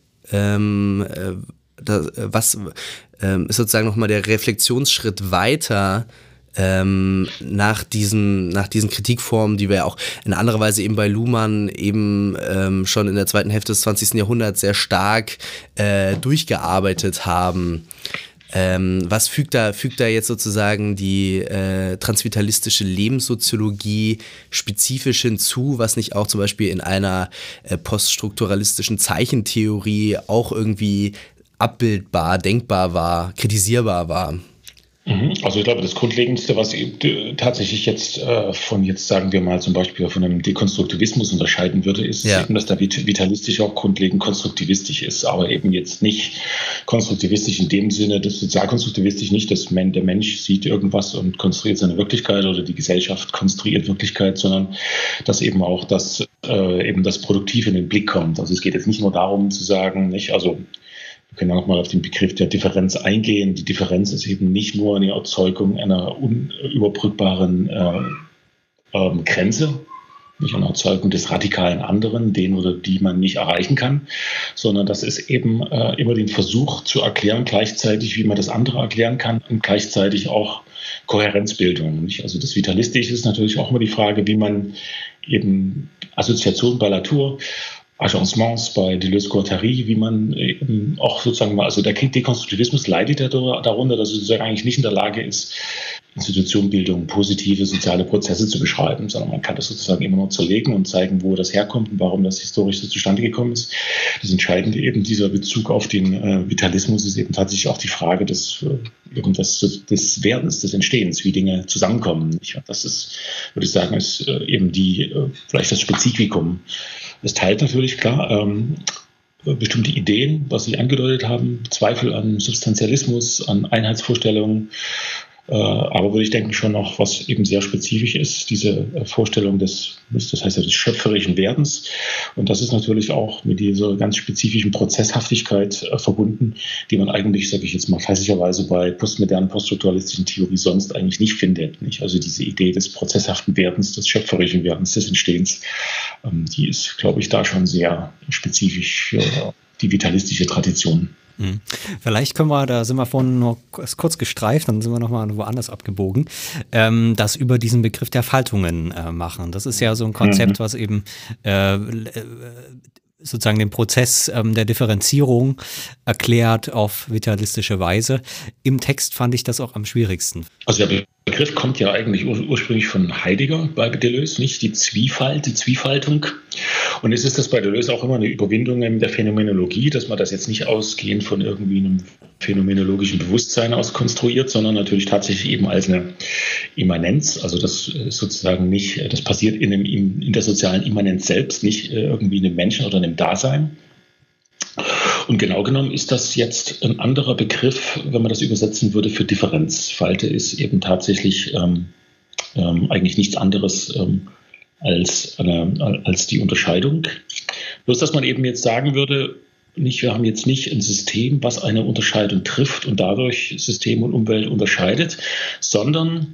was ist sozusagen nochmal der Reflexionsschritt weiter nach diesen Kritikformen, die wir auch in anderer Weise eben bei Luhmann eben schon in der zweiten Hälfte des 20. Jahrhunderts sehr stark durchgearbeitet haben. Was fügt da jetzt sozusagen die transvitalistische Lebenssoziologie spezifisch hinzu, was nicht auch zum Beispiel in einer poststrukturalistischen Zeichentheorie auch irgendwie abbildbar, denkbar war, kritisierbar war. Also ich glaube, das Grundlegendste, was tatsächlich jetzt sagen wir mal zum Beispiel von einem Dekonstruktivismus unterscheiden würde, ist eben, dass der Vitalistische auch grundlegend konstruktivistisch ist, aber eben jetzt nicht konstruktivistisch in dem Sinne, das sozialkonstruktivistisch nicht, dass der Mensch sieht irgendwas und konstruiert seine Wirklichkeit oder die Gesellschaft konstruiert Wirklichkeit, sondern dass eben auch eben das Produktive in den Blick kommt. Also es geht jetzt nicht nur darum zu sagen, wir können auch mal auf den Begriff der Differenz eingehen. Die Differenz ist eben nicht nur eine Erzeugung einer unüberbrückbaren Grenze, nicht eine Erzeugung des radikalen anderen, den oder die man nicht erreichen kann, sondern das ist eben immer den Versuch zu erklären, gleichzeitig, wie man das andere erklären kann und gleichzeitig auch Kohärenzbildung. Nicht? Also das Vitalistische ist natürlich auch immer die Frage, wie man eben Assoziation bei Latour, Agencements bei Deleuze-Guattari, wie man eben auch sozusagen mal, also der Dekonstruktivismus leidet ja darunter, dass er sozusagen eigentlich nicht in der Lage ist, Institutionenbildung, positive soziale Prozesse zu beschreiben, sondern man kann das sozusagen immer noch zerlegen und zeigen, wo das herkommt und warum das historisch so zustande gekommen ist. Das Entscheidende eben dieser Bezug auf den Vitalismus ist eben tatsächlich auch die Frage des Werdens, des Entstehens, wie Dinge zusammenkommen. Das ist, würde ich sagen, ist eben vielleicht das Spezifikum. Es teilt natürlich, klar, bestimmte Ideen, was Sie angedeutet haben, Zweifel an Substantialismus, an Einheitsvorstellungen, aber würde ich denken schon noch, was eben sehr spezifisch ist, diese Vorstellung des schöpferischen Werdens. Und das ist natürlich auch mit dieser ganz spezifischen Prozesshaftigkeit verbunden, die man eigentlich, sage ich jetzt mal, klassischerweise bei postmodernen, poststrukturalistischen Theorie sonst eigentlich nicht findet. Nicht? Also diese Idee des prozesshaften Werdens, des schöpferischen Werdens, des Entstehens, die ist, glaube ich, da schon sehr spezifisch für die vitalistische Tradition. Vielleicht können wir, da sind wir vorhin nur kurz gestreift, dann sind wir nochmal woanders abgebogen, das über diesen Begriff der Faltungen machen. Das ist ja so ein Konzept, was eben sozusagen den Prozess der Differenzierung erklärt auf vitalistische Weise. Im Text fand ich das auch am schwierigsten. Also der Begriff kommt ja eigentlich ursprünglich von Heidegger bei Deleuze, nicht? Die Zwiefalt, die Zwiefaltung. Und es ist das bei Deleuze auch immer eine Überwindung der Phänomenologie, dass man das jetzt nicht ausgehend von irgendwie einem phänomenologischen Bewusstsein aus konstruiert, sondern natürlich tatsächlich eben als eine Immanenz. Also das ist sozusagen nicht, das passiert in der sozialen Immanenz selbst, nicht irgendwie in einem Menschen oder in einem Dasein. Und genau genommen ist das jetzt ein anderer Begriff, wenn man das übersetzen würde, für Differenz. Falte ist eben tatsächlich eigentlich nichts anderes als die Unterscheidung. Bloß, dass man eben jetzt sagen würde, wir haben jetzt nicht ein System, was eine Unterscheidung trifft und dadurch System und Umwelt unterscheidet, sondern,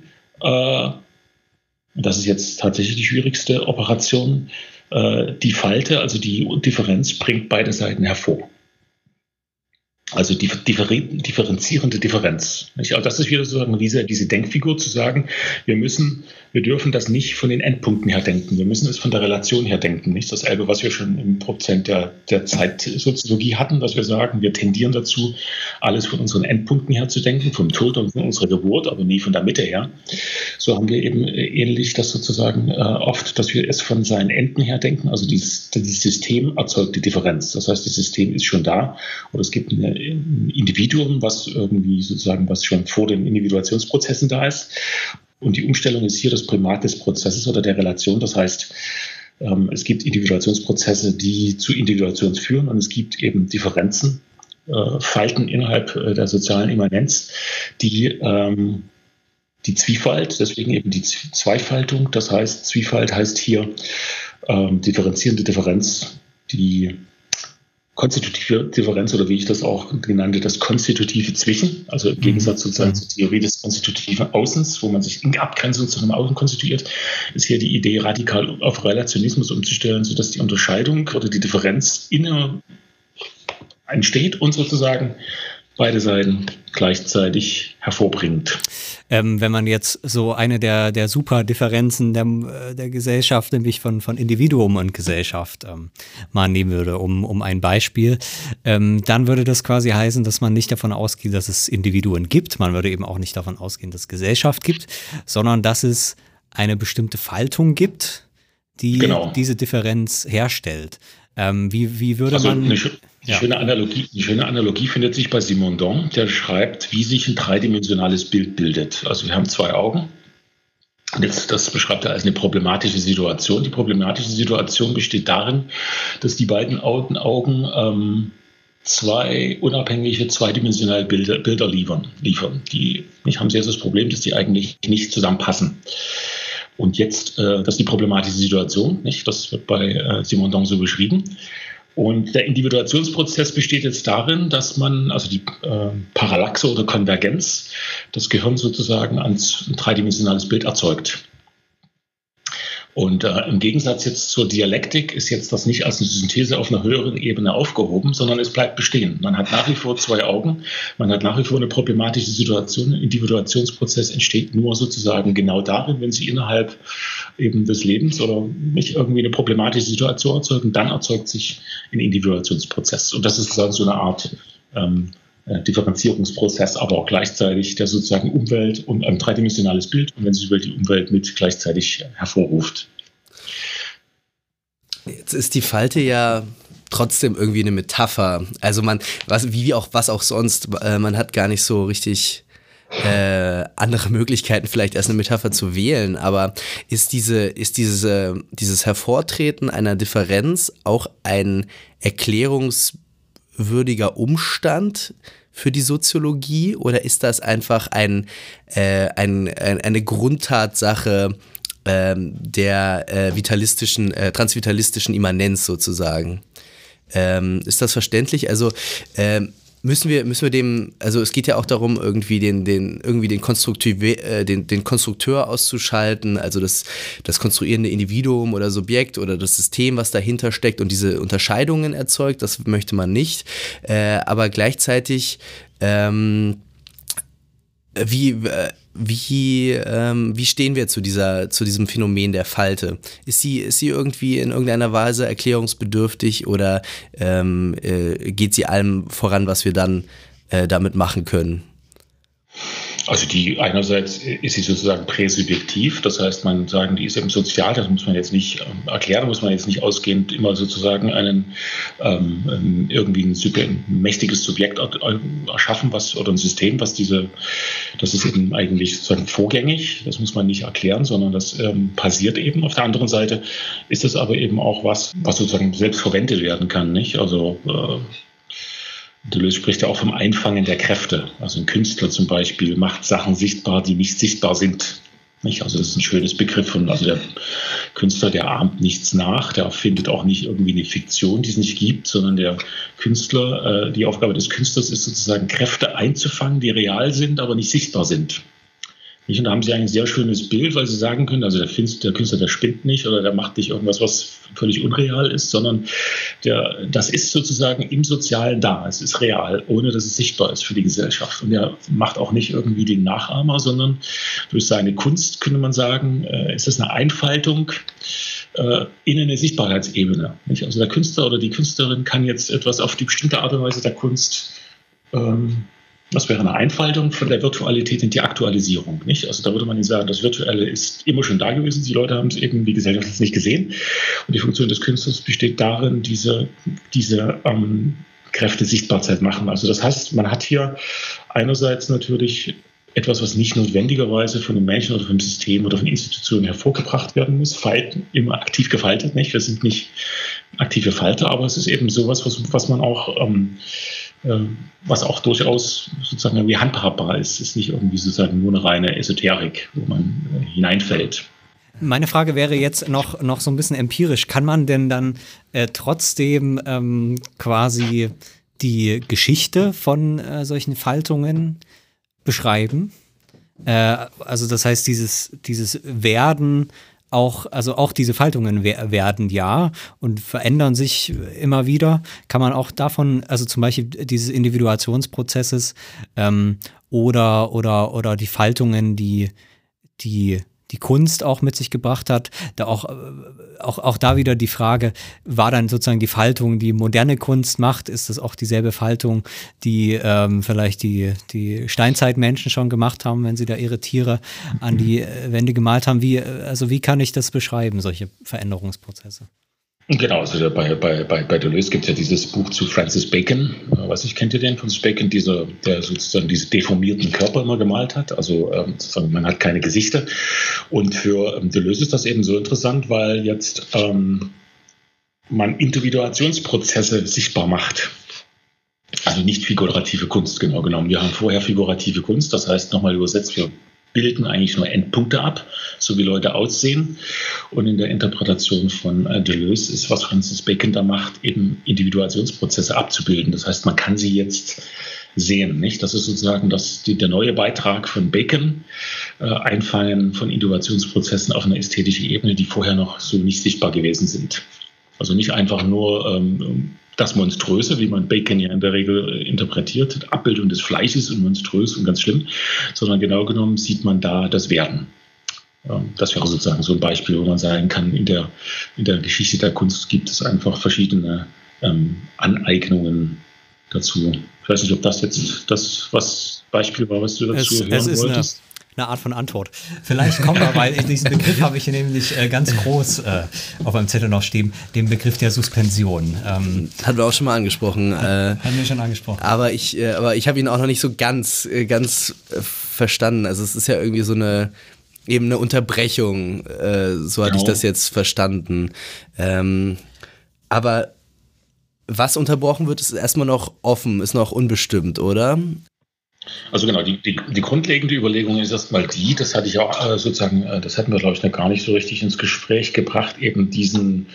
das ist jetzt tatsächlich die schwierigste Operation, die Falte, also die Differenz, bringt beide Seiten hervor. Also die differenzierende Differenz. Also das ist wieder sozusagen diese Denkfigur zu sagen, wir dürfen das nicht von den Endpunkten her denken, wir müssen es von der Relation her denken. Nicht dasselbe, was wir schon im Prozent der Zeitsoziologie hatten, dass wir sagen, wir tendieren dazu, alles von unseren Endpunkten her zu denken, vom Tod und von unserer Geburt, aber nie von der Mitte her. So haben wir eben ähnlich das sozusagen oft, dass wir es von seinen Enden her denken. Also dieses System erzeugt die Differenz. Das heißt, das System ist schon da oder es gibt ein Individuum, was schon vor den Individuationsprozessen da ist. Und die Umstellung ist hier das Primat des Prozesses oder der Relation. Das heißt, es gibt Individuationsprozesse, die zu Individuations führen und es gibt eben Differenzen, Falten innerhalb der sozialen Immanenz, die Zwiefalt, deswegen eben die Zweifaltung. Das heißt, Zwiefalt heißt hier differenzierende Differenz, die konstitutive Differenz oder wie ich das auch genannt habe, das konstitutive Zwischen, also im Gegensatz sozusagen zur Theorie des konstitutiven Außens, wo man sich in Abgrenzung zu einem Außen konstituiert, ist hier die Idee, radikal auf Relationismus umzustellen, sodass die Unterscheidung oder die Differenz entsteht und sozusagen beide Seiten gleichzeitig hervorbringt. Wenn man jetzt so eine der Superdifferenzen der Gesellschaft, nämlich von Individuum und Gesellschaft mal nehmen würde, um ein Beispiel, dann würde das quasi heißen, dass man nicht davon ausgeht, dass es Individuen gibt. Man würde eben auch nicht davon ausgehen, dass es Gesellschaft gibt, sondern dass es eine bestimmte Faltung gibt, die diese Differenz herstellt. Wie würde man... Ja. Die schöne Analogie findet sich bei Simondon, der schreibt, wie sich ein dreidimensionales Bild bildet. Also wir haben zwei Augen. Das beschreibt er als eine problematische Situation. Die problematische Situation besteht darin, dass die beiden Augen zwei unabhängige zweidimensionale Bilder liefern. Die haben sehr das Problem, dass die eigentlich nicht zusammenpassen. Und jetzt, das ist die problematische Situation, nicht? Das wird bei Simondon so beschrieben. Und der Individuationsprozess besteht jetzt darin, dass man, also die Parallaxe oder Konvergenz, das Gehirn sozusagen ein dreidimensionales Bild erzeugt. Und im Gegensatz jetzt zur Dialektik ist jetzt das nicht als eine Synthese auf einer höheren Ebene aufgehoben, sondern es bleibt bestehen. Man hat nach wie vor zwei Augen, man hat nach wie vor eine problematische Situation. Ein Individuationsprozess entsteht nur sozusagen genau darin, wenn Sie innerhalb eben des Lebens oder nicht irgendwie eine problematische Situation erzeugen, dann erzeugt sich ein Individuationsprozess. Und das ist sozusagen so eine Art Differenzierungsprozess, aber auch gleichzeitig der sozusagen Umwelt und ein dreidimensionales Bild und wenn Sie die Umwelt mit gleichzeitig hervorruft. Jetzt ist die Falte ja trotzdem irgendwie eine Metapher. Also was auch sonst, man hat gar nicht so richtig andere Möglichkeiten, vielleicht erst eine Metapher zu wählen, aber ist dieses Hervortreten einer Differenz auch ein erklärungswürdiger Umstand für die Soziologie oder ist das einfach eine Grundtatsache der transvitalistischen Immanenz sozusagen? Ist das verständlich? Also müssen wir dem, also es geht ja auch darum, irgendwie den Konstrukteur auszuschalten, also das konstruierende Individuum oder Subjekt oder das System, was dahinter steckt und diese Unterscheidungen erzeugt, das möchte man nicht. Aber gleichzeitig, wie stehen wir zu diesem Phänomen der Falte? Ist sie irgendwie in irgendeiner Weise erklärungsbedürftig oder geht sie allem voran, was wir dann damit machen können? Also einerseits ist sie sozusagen präsubjektiv, das heißt, man sagen, die ist eben sozial, das muss man jetzt nicht erklären, muss man jetzt nicht ausgehend immer sozusagen irgendwie ein mächtiges Subjekt erschaffen, oder ein System, das ist eben eigentlich sozusagen vorgängig, das muss man nicht erklären, sondern das passiert eben. Auf der anderen Seite ist es aber eben auch was sozusagen selbst verwendet werden kann, nicht? Also Deleuze spricht ja auch vom Einfangen der Kräfte. Also ein Künstler zum Beispiel macht Sachen sichtbar, die nicht sichtbar sind. Nicht? Also das ist ein schönes Begriff. Also der Künstler, der ahmt nichts nach, der findet auch nicht irgendwie eine Fiktion, die es nicht gibt, sondern der Künstler, die Aufgabe des Künstlers ist sozusagen Kräfte einzufangen, die real sind, aber nicht sichtbar sind. Und da haben Sie ein sehr schönes Bild, weil Sie sagen können, also der Künstler, der spinnt nicht oder der macht nicht irgendwas, was völlig unreal ist, sondern das ist sozusagen im Sozialen da. Es ist real, ohne dass es sichtbar ist für die Gesellschaft. Und er macht auch nicht irgendwie den Nachahmer, sondern durch seine Kunst, könnte man sagen, ist es eine Einfaltung in eine Sichtbarkeitsebene. Nicht? Also der Künstler oder die Künstlerin kann jetzt etwas auf die bestimmte Art und Weise der Kunst das wäre eine Einfaltung von der Virtualität in die Aktualisierung. Nicht? Also da würde man sagen, das Virtuelle ist immer schon da gewesen. Die Leute haben es eben, die Gesellschaft hat es nicht gesehen. Und die Funktion des Künstlers besteht darin, diese Kräfte sichtbar zu machen. Also das heißt, man hat hier einerseits natürlich etwas, was nicht notwendigerweise von den Menschen oder vom System oder von Institutionen hervorgebracht werden muss. Falten, immer aktiv gefaltet, nicht? Wir sind nicht aktive Falter, aber es ist eben sowas, was man auch was auch durchaus sozusagen irgendwie handhabbar ist. Es ist nicht irgendwie sozusagen nur eine reine Esoterik, wo man hineinfällt. Meine Frage wäre jetzt noch so ein bisschen empirisch. Kann man denn dann trotzdem quasi die Geschichte von solchen Faltungen beschreiben? Also das heißt, dieses Werden auch diese Faltungen werden ja und verändern sich immer wieder. Kann man auch davon, also zum Beispiel dieses Individuationsprozesses oder die Faltungen, die Kunst auch mit sich gebracht hat, da auch da wieder die Frage, war dann sozusagen die Faltung, die moderne Kunst macht, ist das auch dieselbe Faltung, die vielleicht die Steinzeitmenschen schon gemacht haben, wenn sie da ihre Tiere an die Wände gemalt haben? Wie kann ich das beschreiben, solche Veränderungsprozesse? Genau, also bei Deleuze gibt es ja dieses Buch zu Francis Bacon. Kennt ihr den? Francis Bacon, der sozusagen diese deformierten Körper immer gemalt hat. Also sozusagen, man hat keine Gesichter. Und für Deleuze ist das eben so interessant, weil jetzt man Individuationsprozesse sichtbar macht. Also nicht figurative Kunst, genau genommen. Wir haben vorher figurative Kunst, das heißt nochmal übersetzt, wir bilden eigentlich nur Endpunkte ab, so wie Leute aussehen. Und in der Interpretation von Deleuze ist, was Francis Bacon da macht, eben Individuationsprozesse abzubilden. Das heißt, man kann sie jetzt sehen. Nicht? Das ist sozusagen der neue Beitrag von Bacon, Einfangen von Individuationsprozessen auf einer ästhetischen Ebene, die vorher noch so nicht sichtbar gewesen sind. Also nicht einfach nur das Monströse, wie man Bacon ja in der Regel interpretiert, Abbildung des Fleisches und monströs und ganz schlimm, sondern genau genommen sieht man da das Werden. Das wäre sozusagen so ein Beispiel, wo man sagen kann, in der Geschichte der Kunst gibt es einfach verschiedene Aneignungen dazu. Ich weiß nicht, ob das jetzt das Beispiel war, was du dazu hören wolltest. Eine Art von Antwort. Vielleicht kommen wir, weil diesen Begriff habe ich hier nämlich ganz groß auf meinem Zettel noch stehen, den Begriff der Suspension. Hatten wir auch schon mal angesprochen. Haben wir schon angesprochen. Aber ich habe ihn auch noch nicht so ganz verstanden. Also es ist ja irgendwie so eine Unterbrechung, so hatte ich das jetzt verstanden. Aber was unterbrochen wird, ist erstmal noch offen, ist noch unbestimmt, oder? Also genau, die grundlegende Überlegung ist erstmal das hatte ich auch das hatten wir, glaube ich, noch gar nicht so richtig ins Gespräch gebracht, eben diesen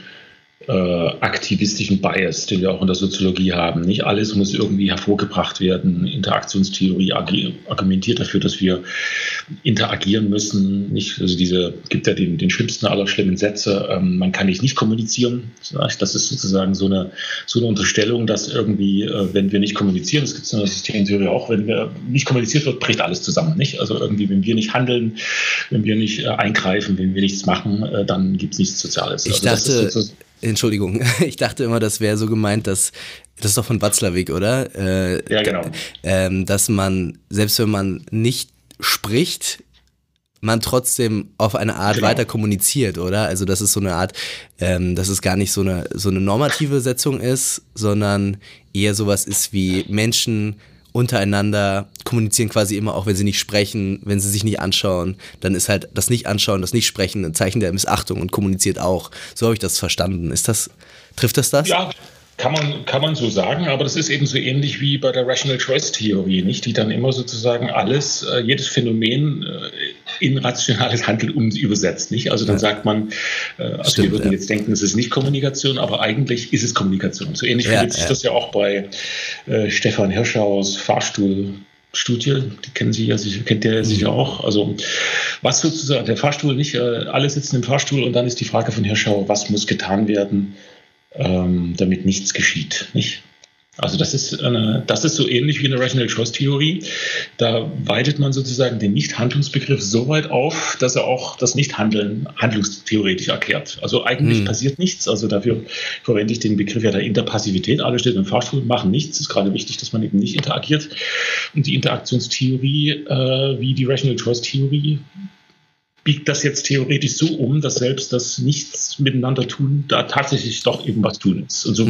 aktivistischen Bias, den wir auch in der Soziologie haben. Nicht alles muss irgendwie hervorgebracht werden. Interaktionstheorie argumentiert dafür, dass wir interagieren müssen. Also gibt ja den schlimmsten aller schlimmen Sätze. Man kann nicht kommunizieren. Das ist sozusagen so eine Unterstellung, dass irgendwie, wenn wir nicht kommunizieren, das gibt es in der Systemtheorie auch, wenn wir nicht kommuniziert wird, bricht alles zusammen. Nicht? Also irgendwie, wenn wir nicht handeln, wenn wir nicht eingreifen, wenn wir nichts machen, dann gibt es nichts Soziales. Entschuldigung, ich dachte immer, das wäre so gemeint, das ist doch von Watzlawick, oder? Ja, genau. Dass man, selbst wenn man nicht spricht, man trotzdem auf eine Art weiter kommuniziert, oder? Also das ist so eine Art, dass es gar nicht so eine normative Setzung ist, sondern eher sowas ist wie Menschen untereinander kommunizieren quasi immer, auch wenn sie nicht sprechen, wenn sie sich nicht anschauen, dann ist halt das Nicht-Anschauen, das Nicht-Sprechen ein Zeichen der Missachtung und kommuniziert auch. So habe ich das verstanden. Trifft das? Ja, kann man so sagen, aber das ist eben so ähnlich wie bei der Rational Choice Theorie, nicht? Die dann immer sozusagen jedes Phänomen in rationales Handeln übersetzt, nicht? Also dann sagt man, wir würden jetzt denken, es ist nicht Kommunikation, aber eigentlich ist es Kommunikation. So ähnlich findet sich das ja auch bei Stefan Hirschauers Fahrstuhlstudie, die kennt der sicher auch. Also was sozusagen der Fahrstuhl nicht, alle sitzen im Fahrstuhl und dann ist die Frage von Hirschauer, was muss getan werden, damit nichts geschieht, nicht? Also das ist so ähnlich wie eine Rational Choice Theorie. Da weitet man sozusagen den Nicht-Handlungsbegriff so weit auf, dass er auch das Nicht-Handeln handlungstheoretisch erklärt. Also eigentlich passiert nichts. Also dafür verwende ich den Begriff der Interpassivität. Alle stehen im Fahrstuhl, machen nichts. Es ist gerade wichtig, dass man eben nicht interagiert. Und die Interaktionstheorie, wie die Rational Choice Theorie, biegt das jetzt theoretisch so um, dass selbst das Nichts miteinander tun, da tatsächlich doch eben was tun ist. Und so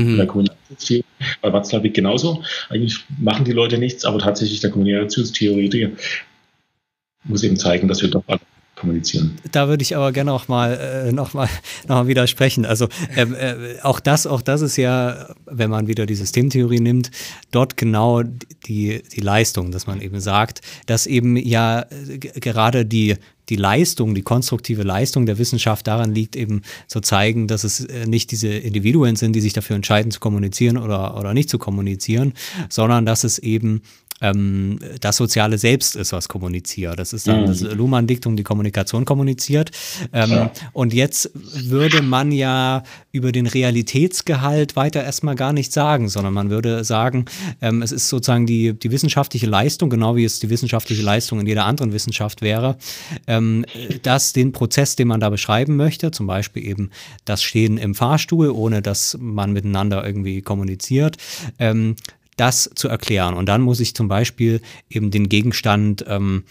bei Watzlawick genauso. Eigentlich machen die Leute nichts, aber tatsächlich der Kommunikationstheoretiker muss eben zeigen, dass wir doch alle kommunizieren. Da würde ich aber gerne auch mal widersprechen. Also auch das ist ja, wenn man wieder die Systemtheorie nimmt, dort genau die Leistung, dass man eben sagt, dass eben ja gerade die Leistung, die konstruktive Leistung der Wissenschaft daran liegt, eben zu zeigen, dass es nicht diese Individuen sind, die sich dafür entscheiden, zu kommunizieren oder nicht zu kommunizieren, sondern dass es eben das soziale Selbst ist, was kommuniziert. Das ist dann das Luhmann-Diktum, die Kommunikation kommuniziert. Und jetzt würde man ja über den Realitätsgehalt weiter erstmal gar nichts sagen, sondern man würde sagen, es ist sozusagen die wissenschaftliche Leistung, genau wie es die wissenschaftliche Leistung in jeder anderen Wissenschaft wäre, dass den Prozess, den man da beschreiben möchte, zum Beispiel eben das Stehen im Fahrstuhl, ohne dass man miteinander irgendwie kommuniziert, das zu erklären. Und dann muss ich zum Beispiel eben den Gegenstand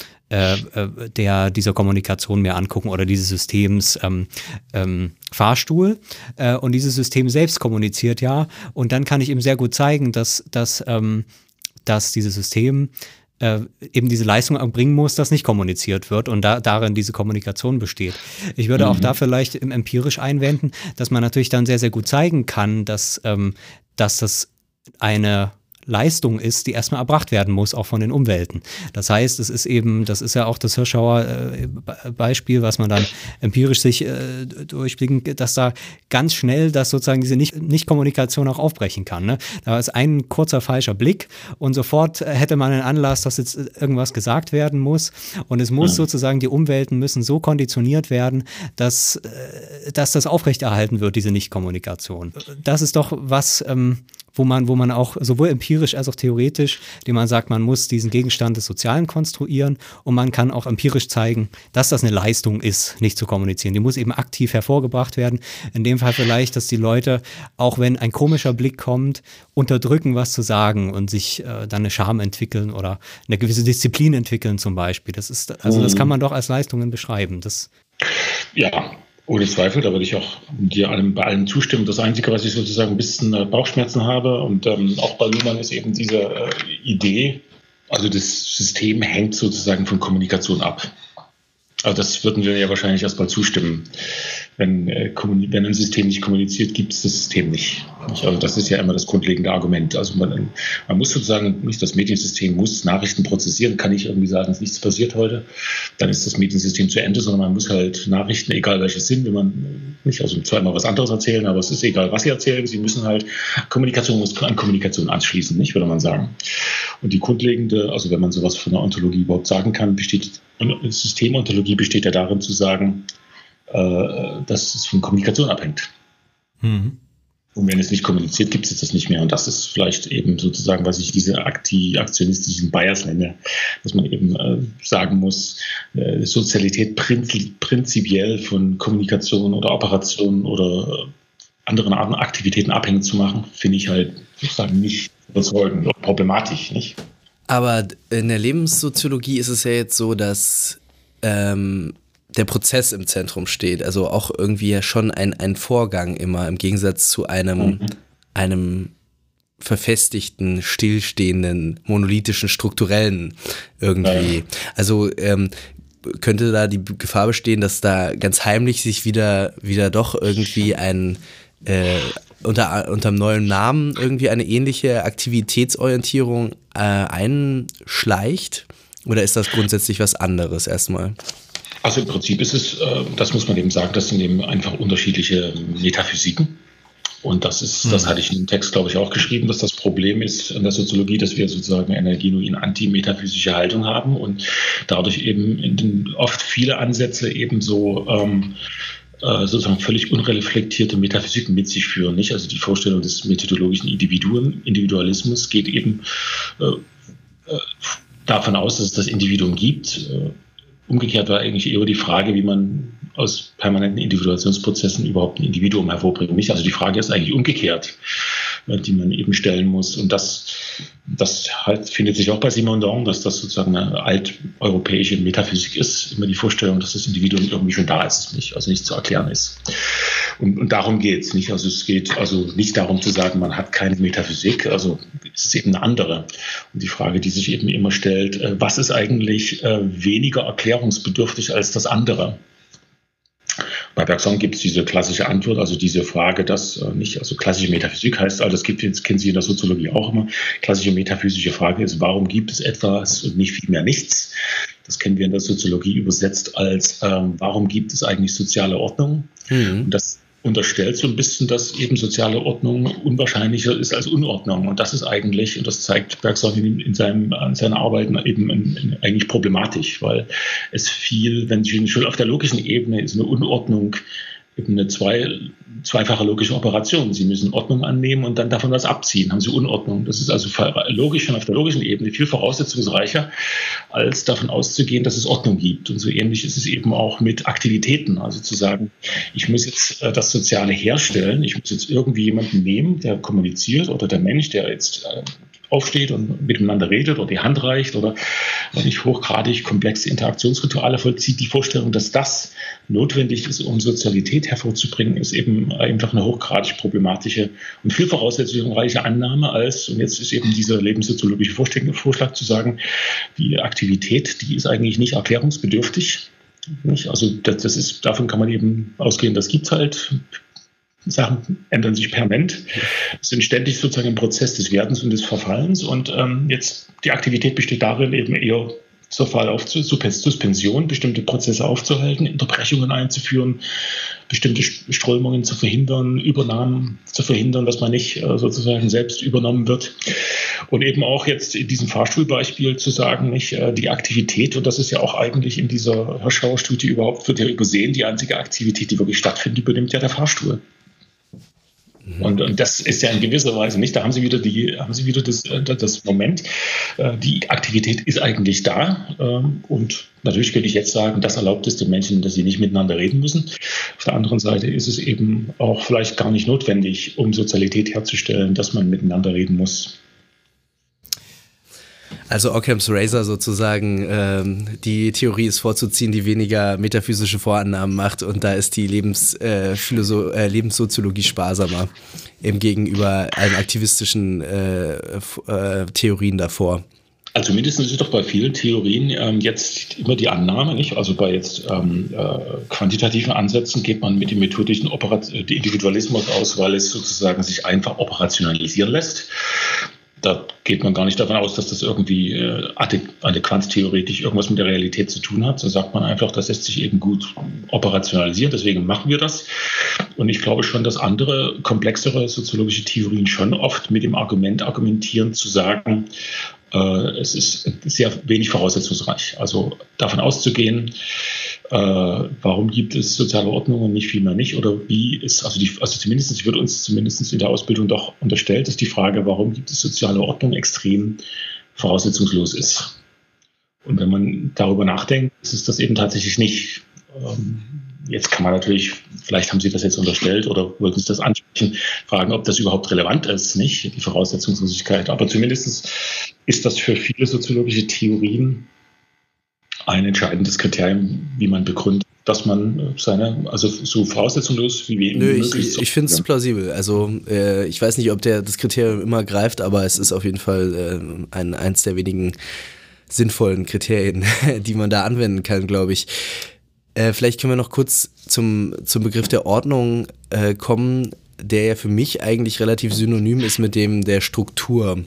dieser Kommunikation mir angucken oder dieses Systems Fahrstuhl. Und dieses System selbst kommuniziert ja. Und dann kann ich ihm sehr gut zeigen, dass dieses System eben diese Leistung erbringen muss, dass nicht kommuniziert wird und darin diese Kommunikation besteht. Ich würde auch da vielleicht empirisch einwenden, dass man natürlich dann sehr, sehr gut zeigen kann, dass das eine Leistung ist, die erstmal erbracht werden muss, auch von den Umwelten. Das heißt, das ist ja auch das Hirschauer Beispiel, was man dann empirisch sich durchblicken, dass da ganz schnell das sozusagen diese Nicht-Kommunikation auch aufbrechen kann. Ne? Da ist ein kurzer falscher Blick und sofort hätte man einen Anlass, dass jetzt irgendwas gesagt werden muss und es muss sozusagen, die Umwelten müssen so konditioniert werden, dass das aufrechterhalten wird, diese Nicht-Kommunikation. Das ist doch was, wo man auch sowohl empirisch als auch theoretisch, indem man sagt, man muss diesen Gegenstand des Sozialen konstruieren und man kann auch empirisch zeigen, dass das eine Leistung ist, nicht zu kommunizieren. Die muss eben aktiv hervorgebracht werden. In dem Fall vielleicht, dass die Leute, auch wenn ein komischer Blick kommt, unterdrücken, was zu sagen und sich dann eine Scham entwickeln oder eine gewisse Disziplin entwickeln zum Beispiel. Das kann man doch als Leistungen beschreiben. Ja. Ohne Zweifel, da würde ich auch dir bei allem zustimmen. Das Einzige, was ich sozusagen ein bisschen Bauchschmerzen habe und auch bei Luhmann ist eben diese Idee, also das System hängt sozusagen von Kommunikation ab. Also das würden wir ja wahrscheinlich erstmal zustimmen. Wenn ein System nicht kommuniziert, gibt es das System nicht. Also das ist ja immer das grundlegende Argument. Also man muss sozusagen, nicht das Mediensystem muss Nachrichten prozessieren, kann nicht irgendwie sagen, es ist nichts passiert heute, dann ist das Mediensystem zu Ende, sondern man muss halt Nachrichten, egal welches sind, wenn man nicht, also zwar immer was anderes erzählen, aber es ist egal, was sie erzählen, sie müssen halt, Kommunikation muss an Kommunikation anschließen, nicht, würde man sagen. Und die grundlegende, also wenn man sowas von der Ontologie überhaupt sagen kann, Systemontologie besteht ja darin zu sagen, dass es von Kommunikation abhängt. Und wenn es nicht kommuniziert, gibt es das nicht mehr. Und das ist vielleicht eben sozusagen, was ich diese aktionistischen Bias nenne, dass man eben sagen muss, Sozialität prinzipiell von Kommunikation oder Operationen oder anderen Arten Aktivitäten abhängig zu machen, finde ich halt sozusagen nicht überzeugend oder problematisch, nicht? Aber in der Lebenssoziologie ist es ja jetzt so, dass der Prozess im Zentrum steht, also auch irgendwie ja schon ein Vorgang immer, im Gegensatz zu einem verfestigten, stillstehenden, monolithischen, strukturellen irgendwie. Ja. Also könnte da die Gefahr bestehen, dass da ganz heimlich sich wieder doch irgendwie unter einem neuen Namen irgendwie eine ähnliche Aktivitätsorientierung einschleicht? Oder ist das grundsätzlich was anderes erstmal? Also im Prinzip ist es, das muss man eben sagen, das sind eben einfach unterschiedliche Metaphysiken. Und das hatte ich in dem Text, glaube ich, auch geschrieben, dass das Problem ist in der Soziologie, dass wir sozusagen eine genuin antimetaphysische Haltung haben und dadurch eben oft viele Ansätze eben so sozusagen völlig unreflektierte Metaphysiken mit sich führen. Nicht? Also die Vorstellung des methodologischen Individualismus geht eben davon aus, dass es das Individuum gibt. Umgekehrt war eigentlich eher die Frage, wie man aus permanenten Individuationsprozessen überhaupt ein Individuum hervorbringt. Nicht? Also die Frage ist eigentlich umgekehrt, die man eben stellen muss. Und das halt findet sich auch bei Simondon, dass das sozusagen eine alteuropäische Metaphysik ist. Immer die Vorstellung, dass das Individuum irgendwie schon da ist, also nicht zu erklären ist. Und darum geht es nicht. Also es geht also nicht darum zu sagen, man hat keine Metaphysik. Also es ist eben eine andere. Und die Frage, die sich eben immer stellt, was ist eigentlich weniger erklärungsbedürftig als das andere? Bei Bergson gibt es diese klassische Antwort, also diese Frage, dass nicht, also klassische Metaphysik heißt, also das kennen Sie in der Soziologie auch immer, klassische metaphysische Frage ist, warum gibt es etwas und nicht vielmehr nichts? Das kennen wir in der Soziologie übersetzt als, warum gibt es eigentlich soziale Ordnung? Und das unterstellt so ein bisschen, dass eben soziale Ordnung unwahrscheinlicher ist als Unordnung. Und das ist eigentlich, und das zeigt Bergson in seinen Arbeiten eben eigentlich problematisch, weil es wenn schon auf der logischen Ebene ist eine Unordnung eben eine zweifache logische Operation. Sie müssen Ordnung annehmen und dann davon was abziehen. Haben Sie Unordnung. Das ist also logisch schon auf der logischen Ebene viel voraussetzungsreicher, als davon auszugehen, dass es Ordnung gibt. Und so ähnlich ist es eben auch mit Aktivitäten. Also zu sagen, ich muss jetzt das Soziale herstellen, ich muss jetzt irgendwie jemanden nehmen, der kommuniziert oder der Mensch, der jetzt aufsteht und miteinander redet oder die Hand reicht oder nicht hochgradig komplexe Interaktionsrituale vollzieht. Die Vorstellung, dass das notwendig ist, um Sozialität hervorzubringen, ist eben einfach eine hochgradig problematische und viel voraussetzungsreiche Annahme als, und jetzt ist eben dieser lebenssoziologische Vorschlag zu sagen, die Aktivität, die ist eigentlich nicht erklärungsbedürftig. Nicht? Also davon kann man eben ausgehen, das gibt es halt. Sachen ändern sich permanent, sind ständig sozusagen im Prozess des Werdens und des Verfallens und jetzt die Aktivität besteht darin, eben eher Suspension, bestimmte Prozesse aufzuhalten, Unterbrechungen einzuführen, bestimmte Strömungen zu verhindern, Übernahmen zu verhindern, dass man nicht sozusagen selbst übernommen wird. Und eben auch jetzt in diesem Fahrstuhlbeispiel zu sagen, nicht die Aktivität, und das ist ja auch eigentlich in dieser Hirschauer-Studie wird ja übersehen, die einzige Aktivität, die wirklich stattfindet, übernimmt ja der Fahrstuhl. Und das ist ja in gewisser Weise nicht, da haben Sie wieder das Moment, die Aktivität ist eigentlich da und natürlich könnte ich jetzt sagen, das erlaubt es den Menschen, dass sie nicht miteinander reden müssen. Auf der anderen Seite ist es eben auch vielleicht gar nicht notwendig, um Sozialität herzustellen, dass man miteinander reden muss. Also Occam's Razor sozusagen, die Theorie ist vorzuziehen, die weniger metaphysische Vorannahmen macht und da ist die Lebenssoziologie sparsamer, eben gegenüber allen aktivistischen Theorien davor. Also mindestens ist doch bei vielen Theorien jetzt immer die Annahme, nicht? Also bei jetzt quantitativen Ansätzen geht man mit dem methodischen Individualismus aus, weil es sozusagen sich einfach operationalisieren lässt. Da geht man gar nicht davon aus, dass das irgendwie adäquanztheoretisch irgendwas mit der Realität zu tun hat. So sagt man einfach, das lässt sich eben gut operationalisieren, deswegen machen wir das. Und ich glaube schon, dass andere, komplexere soziologische Theorien schon oft mit dem Argument argumentieren, zu sagen, es ist sehr wenig voraussetzungsreich. Also davon auszugehen, warum gibt es soziale Ordnung und nicht vielmehr nicht? Oder wie ist, wird uns zumindest in der Ausbildung doch unterstellt, ist die Frage, warum gibt es soziale Ordnung extrem voraussetzungslos ist. Und wenn man darüber nachdenkt, ist es das eben tatsächlich nicht. Jetzt kann man natürlich, vielleicht haben Sie das jetzt unterstellt oder wollten Sie das ansprechen, fragen, ob das überhaupt relevant ist, nicht, die Voraussetzungslosigkeit. Aber zumindest ist das für viele soziologische Theorien ein entscheidendes Kriterium, wie man begründet, dass man so voraussetzungslos wie möglich. Ich finde es plausibel. Also ich weiß nicht, ob das Kriterium immer greift, aber es ist auf jeden Fall eins der wenigen sinnvollen Kriterien, die man da anwenden kann, glaube ich. Vielleicht können wir noch kurz zum Begriff der Ordnung kommen, der ja für mich eigentlich relativ synonym ist mit dem der Struktur.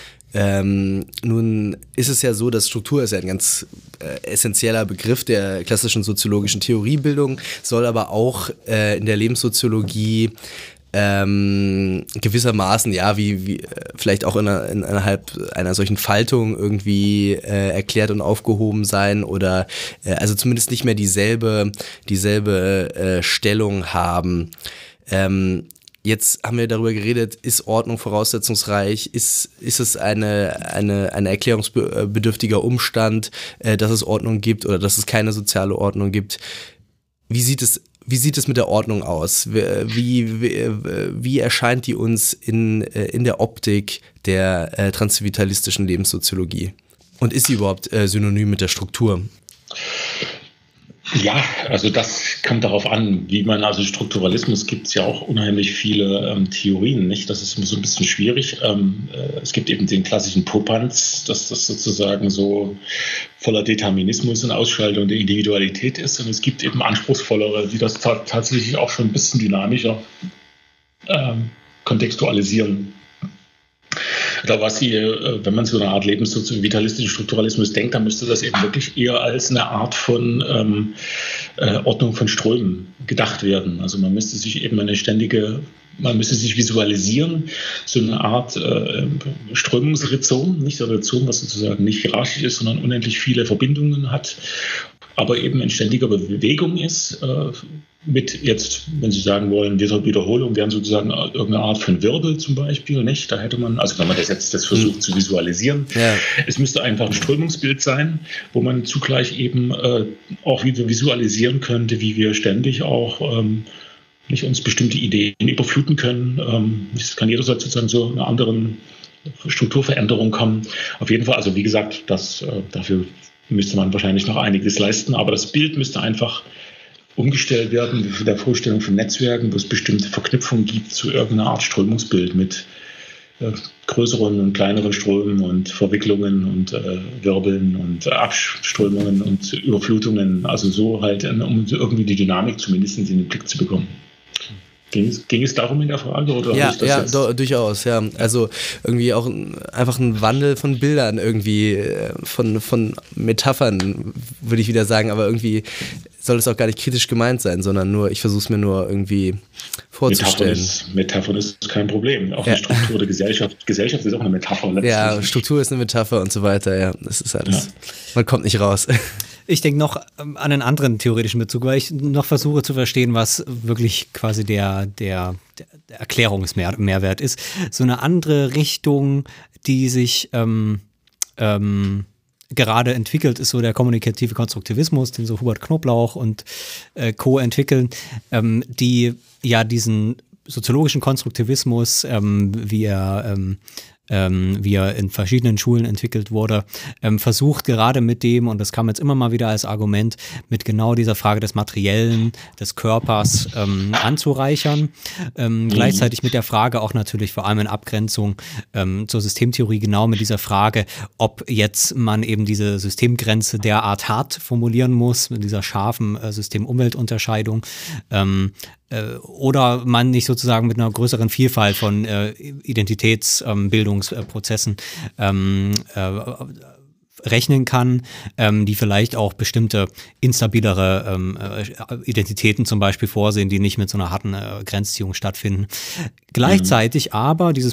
Nun ist es ja so, dass Struktur ist ja ein ganz essentieller Begriff der klassischen soziologischen Theoriebildung, soll aber auch in der Lebenssoziologie gewissermaßen, ja, wie vielleicht auch innerhalb einer solchen Faltung irgendwie erklärt und aufgehoben sein oder also zumindest nicht mehr dieselbe Stellung haben. Jetzt haben wir darüber geredet, ist Ordnung voraussetzungsreich, ist es eine erklärungsbedürftiger Umstand, dass es Ordnung gibt oder dass es keine soziale Ordnung gibt. Wie sieht es mit der Ordnung aus? Wie erscheint die uns in der Optik der transvitalistischen Lebenssoziologie? Und ist sie überhaupt synonym mit der Struktur? Ja, also das kommt darauf an, wie man, also Strukturalismus gibt es ja auch unheimlich viele Theorien, nicht? Das ist immer so ein bisschen schwierig. Es gibt eben den klassischen Popanz, dass das sozusagen so voller Determinismus und Ausschaltung der Individualität ist. Und es gibt eben anspruchsvollere, die das tatsächlich auch schon ein bisschen dynamischer kontextualisieren. Da wenn man so eine Art vitalistischen Strukturalismus denkt, dann müsste das eben wirklich eher als eine Art von Ordnung von Strömen gedacht werden. Also man müsste sich visualisieren, so eine Art Strömungsrhizom, nicht so ein Rhizom, was sozusagen nicht hierarchisch ist, sondern unendlich viele Verbindungen hat, aber eben in ständiger Bewegung ist, mit jetzt, wenn Sie sagen wollen, Wiederholung wären sozusagen irgendeine Art von Wirbel zum Beispiel, nicht? Da hätte man, also wenn man das versucht zu visualisieren, ja. Es müsste einfach ein Strömungsbild sein, wo man zugleich eben auch wieder visualisieren könnte, wie wir ständig auch nicht uns bestimmte Ideen überfluten können. Das kann jederzeit sozusagen so einen anderen Strukturveränderung kommen. Auf jeden Fall, also wie gesagt, dafür müsste man wahrscheinlich noch einiges leisten, aber das Bild müsste einfach umgestellt werden für der Vorstellung von Netzwerken, wo es bestimmte Verknüpfungen gibt zu irgendeiner Art Strömungsbild mit größeren und kleineren Strömen und Verwicklungen und Wirbeln und Abströmungen und Überflutungen. Also so halt, um irgendwie die Dynamik zumindest in den Blick zu bekommen. Ging es darum in der Frage? Oder durchaus, ja. Also irgendwie auch einfach ein Wandel von Bildern irgendwie, von Metaphern, würde ich wieder sagen, aber irgendwie soll es auch gar nicht kritisch gemeint sein, sondern nur, ich versuche es mir nur irgendwie vorzustellen. Metaphern ist kein Problem. Auch die Struktur der Gesellschaft. Gesellschaft ist auch eine Metapher. Ja, Struktur ist eine Metapher und so weiter, ja. Das ist alles. Ja. Man kommt nicht raus. Ich denke noch an einen anderen theoretischen Bezug, weil ich noch versuche zu verstehen, was wirklich quasi der Erklärungsmehrwert ist. So eine andere Richtung, die sich gerade entwickelt, ist so der kommunikative Konstruktivismus, den so Hubert Knoblauch und Co. entwickeln, die ja diesen soziologischen Konstruktivismus, wie er in verschiedenen Schulen entwickelt wurde, versucht gerade mit dem, und das kam jetzt immer mal wieder als Argument, mit genau dieser Frage des Materiellen, des Körpers anzureichern. Gleichzeitig mit der Frage auch natürlich vor allem in Abgrenzung zur Systemtheorie genau mit dieser Frage, ob jetzt man eben diese Systemgrenze derart hart formulieren muss, mit dieser scharfen System-Umwelt-Unterscheidung, oder man nicht sozusagen mit einer größeren Vielfalt von Identitätsbildungsprozessen rechnen kann, die vielleicht auch bestimmte instabilere Identitäten zum Beispiel vorsehen, die nicht mit so einer harten Grenzziehung stattfinden. Gleichzeitig aber dieses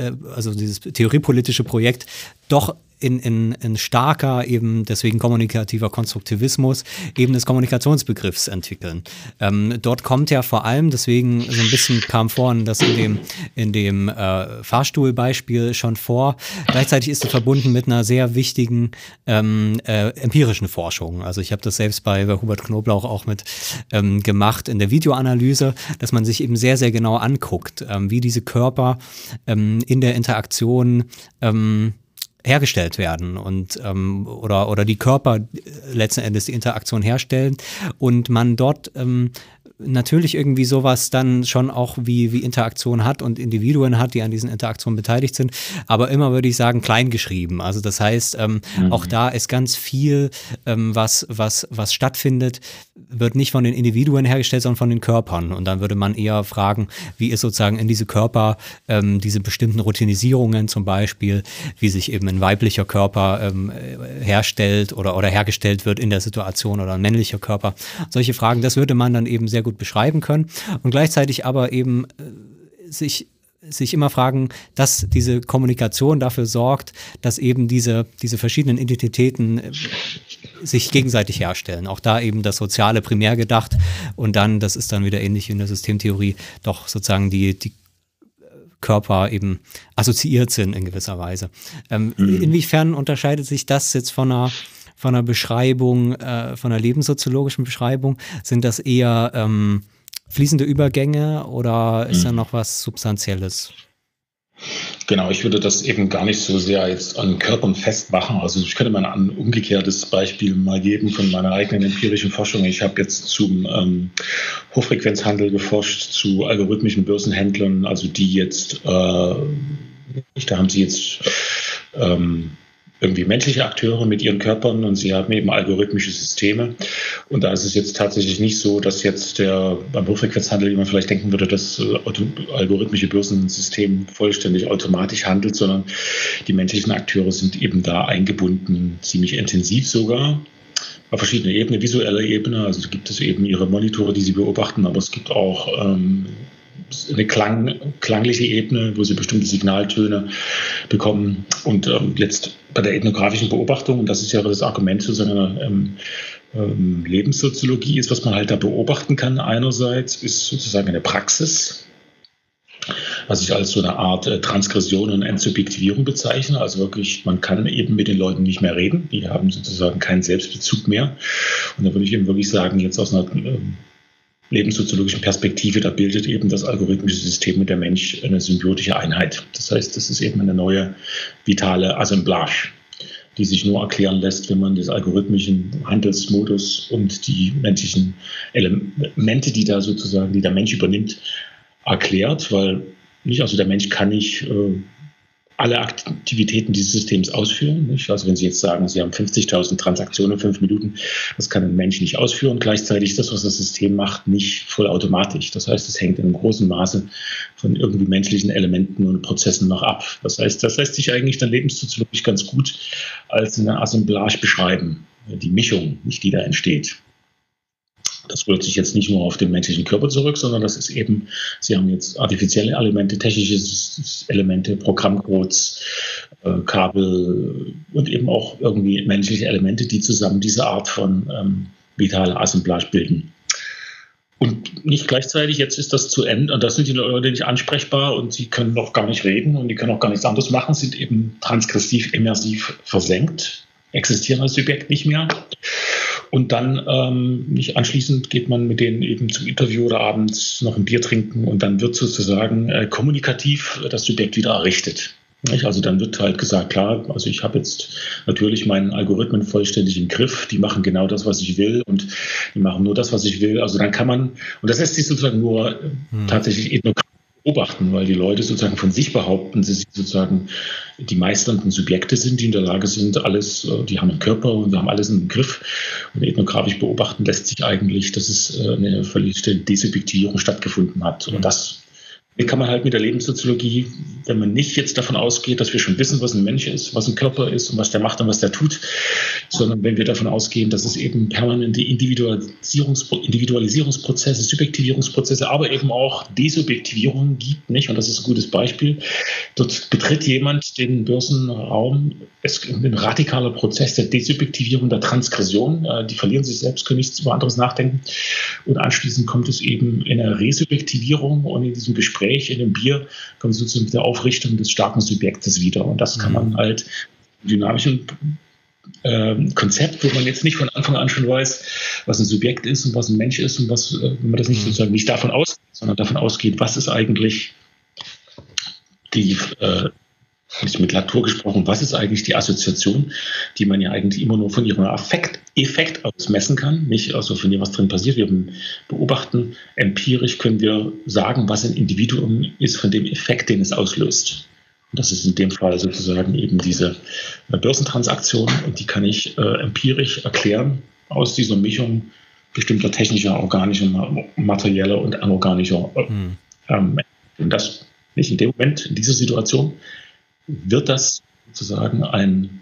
theoriepolitische Projekt doch in starker, eben deswegen kommunikativer Konstruktivismus, eben des Kommunikationsbegriffs entwickeln. Dort kommt ja vor allem, deswegen so ein bisschen kam vorhin das in dem Fahrstuhlbeispiel schon vor, gleichzeitig ist es verbunden mit einer sehr wichtigen empirischen Forschung. Also ich habe das selbst bei Hubert Knoblauch auch mit gemacht in der Videoanalyse, dass man sich eben sehr, sehr genau anguckt, wie diese Körper in der Interaktion hergestellt werden und oder die Körper letzten Endes die Interaktion herstellen und man dort natürlich irgendwie sowas dann schon auch wie Interaktion hat und Individuen hat, die an diesen Interaktionen beteiligt sind, aber immer würde ich sagen klein geschrieben. Also das heißt, auch da ist ganz viel, was stattfindet, wird nicht von den Individuen hergestellt, sondern von den Körpern. Und dann würde man eher fragen, wie ist sozusagen in diese Körper diese bestimmten Routinisierungen zum Beispiel, wie sich eben ein weiblicher Körper herstellt oder hergestellt wird in der Situation oder ein männlicher Körper. Solche Fragen, das würde man dann eben sehr gut beschreiben können und gleichzeitig aber eben sich immer fragen, dass diese Kommunikation dafür sorgt, dass eben diese verschiedenen Identitäten sich gegenseitig herstellen. Auch da eben das Soziale primär gedacht und dann, das ist dann wieder ähnlich wie in der Systemtheorie, doch sozusagen die Körper eben assoziiert sind in gewisser Weise. Inwiefern unterscheidet sich das jetzt von einer Beschreibung, von einer lebenssoziologischen Beschreibung? Sind das eher fließende Übergänge oder ist da noch was Substanzielles? Genau, ich würde das eben gar nicht so sehr jetzt an Körpern festmachen. Also ich könnte mal ein umgekehrtes Beispiel mal geben von meiner eigenen empirischen Forschung. Ich habe jetzt zum Hochfrequenzhandel geforscht, zu algorithmischen Börsenhändlern, also die jetzt, da haben sie jetzt irgendwie menschliche Akteure mit ihren Körpern und sie haben eben algorithmische Systeme. Und da ist es jetzt tatsächlich nicht so, dass jetzt beim Hochfrequenzhandel jemand vielleicht denken würde, dass algorithmische Börsensystem vollständig automatisch handelt, sondern die menschlichen Akteure sind eben da eingebunden, ziemlich intensiv sogar. Auf verschiedene Ebenen, visuelle Ebene, also gibt es eben ihre Monitore, die sie beobachten, aber es gibt auch eine klangliche Ebene, wo sie bestimmte Signaltöne bekommen und jetzt bei der ethnografischen Beobachtung, und das ist ja das Argument zu seiner Lebenssoziologie ist, was man halt da beobachten kann einerseits, ist sozusagen eine Praxis, was ich als so eine Art Transgression und Entsubjektivierung bezeichne. Also wirklich, man kann eben mit den Leuten nicht mehr reden. Die haben sozusagen keinen Selbstbezug mehr. Und da würde ich eben wirklich sagen, jetzt aus einer lebenssoziologischen Perspektive, da bildet eben das algorithmische System und der Mensch eine symbiotische Einheit. Das heißt, das ist eben eine neue vitale Assemblage, die sich nur erklären lässt, wenn man den algorithmischen Handelsmodus und die menschlichen Elemente, die da sozusagen, die der Mensch übernimmt, erklärt, weil der Mensch kann nicht alle Aktivitäten dieses Systems ausführen. Nicht? Also wenn Sie jetzt sagen, Sie haben 50.000 Transaktionen in 5 Minuten, das kann ein Mensch nicht ausführen. Gleichzeitig ist das, was das System macht, nicht vollautomatisch. Das heißt, es hängt in einem großen Maße von irgendwie menschlichen Elementen und Prozessen noch ab. Das heißt, das lässt sich eigentlich dann lebenssoziologisch ganz gut als eine Assemblage beschreiben. Die Mischung, nicht die da entsteht. Das wirkt sich jetzt nicht nur auf den menschlichen Körper zurück, sondern das ist eben, Sie haben jetzt artifizielle Elemente, technische Elemente, Programmcodes, Kabel und eben auch irgendwie menschliche Elemente, die zusammen diese Art von vitaler Assemblage bilden. Und nicht gleichzeitig, jetzt ist das zu Ende und das sind die Leute nicht ansprechbar und sie können noch gar nicht reden und die können auch gar nichts anderes machen, sind eben transgressiv, immersiv versenkt, existieren als Subjekt nicht mehr. Und dann nicht anschließend geht man mit denen eben zum Interview oder abends noch ein Bier trinken und dann wird sozusagen kommunikativ das Subjekt wieder errichtet. Also dann wird halt gesagt, klar, also ich habe jetzt natürlich meinen Algorithmen vollständig im Griff, die machen genau das, was ich will und die machen nur das, was ich will. Also dann kann man, und das lässt sich sozusagen nur tatsächlich ethnokratisch beobachten, weil die Leute sozusagen von sich behaupten, sie sozusagen die meisternden Subjekte sind, die in der Lage sind, alles, die haben einen Körper und wir haben alles im Griff. Und ethnografisch beobachten lässt sich eigentlich, dass es eine völlige Desubjektivierung stattgefunden hat. Und das kann man halt mit der Lebenssoziologie, wenn man nicht jetzt davon ausgeht, dass wir schon wissen, was ein Mensch ist, was ein Körper ist und was der macht und was der tut, sondern wenn wir davon ausgehen, dass es eben permanente Individualisierungsprozesse, Subjektivierungsprozesse, aber eben auch Desubjektivierungen gibt, nicht? Und das ist ein gutes Beispiel. Dort betritt jemand den Börsenraum, es ist ein radikaler Prozess der Desubjektivierung, der Transgression, die verlieren sich selbst, können nichts über anderes nachdenken und anschließend kommt es eben in einer Resubjektivierung und in diesem Gespräch in dem Bier kommt sozusagen mit der Aufrichtung des starken Subjektes wieder. Und das kann man halt im dynamischen Konzept, wo man jetzt nicht von Anfang an schon weiß, was ein Subjekt ist und was ein Mensch ist und was, wenn man das nicht sozusagen nicht davon ausgeht, sondern davon ausgeht, was ist eigentlich die mit Latour gesprochen, was ist eigentlich die Assoziation, die man ja eigentlich immer nur von ihrem Effekt aus messen kann, nicht also von dem, was drin passiert. Wir beobachten, empirisch können wir sagen, was ein Individuum ist von dem Effekt, den es auslöst. Und das ist in dem Fall sozusagen eben diese Börsentransaktion und die kann ich empirisch erklären aus dieser Mischung bestimmter technischer, organischer, materieller und anorganischer. Und das nicht in dem Moment, in dieser Situation, wird das sozusagen ein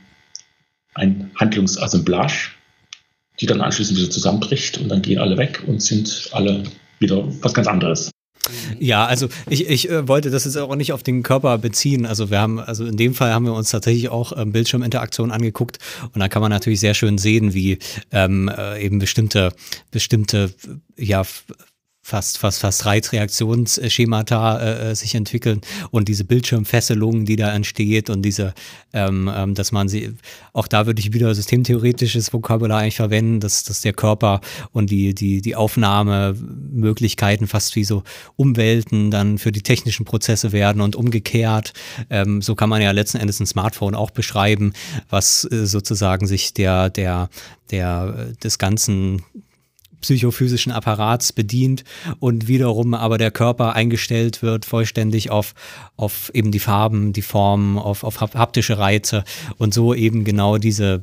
Handlungsassemblage, die dann anschließend wieder zusammenbricht und dann gehen alle weg und sind alle wieder was ganz anderes. Ja, also ich wollte das jetzt auch nicht auf den Körper beziehen. Also in dem Fall haben wir uns tatsächlich auch Bildschirminteraktion angeguckt und da kann man natürlich sehr schön sehen, wie eben bestimmte ja fast Reizreaktionsschemata sich entwickeln und diese Bildschirmfesselung, die da entsteht und diese, dass man sie, auch da würde ich wieder systemtheoretisches Vokabular eigentlich verwenden, dass der Körper und die Aufnahmemöglichkeiten fast wie so Umwelten dann für die technischen Prozesse werden und umgekehrt. So kann man ja letzten Endes ein Smartphone auch beschreiben, was sozusagen sich des ganzen psychophysischen Apparats bedient und wiederum aber der Körper eingestellt wird vollständig auf eben die Farben, die Formen, auf haptische Reize und so eben genau diese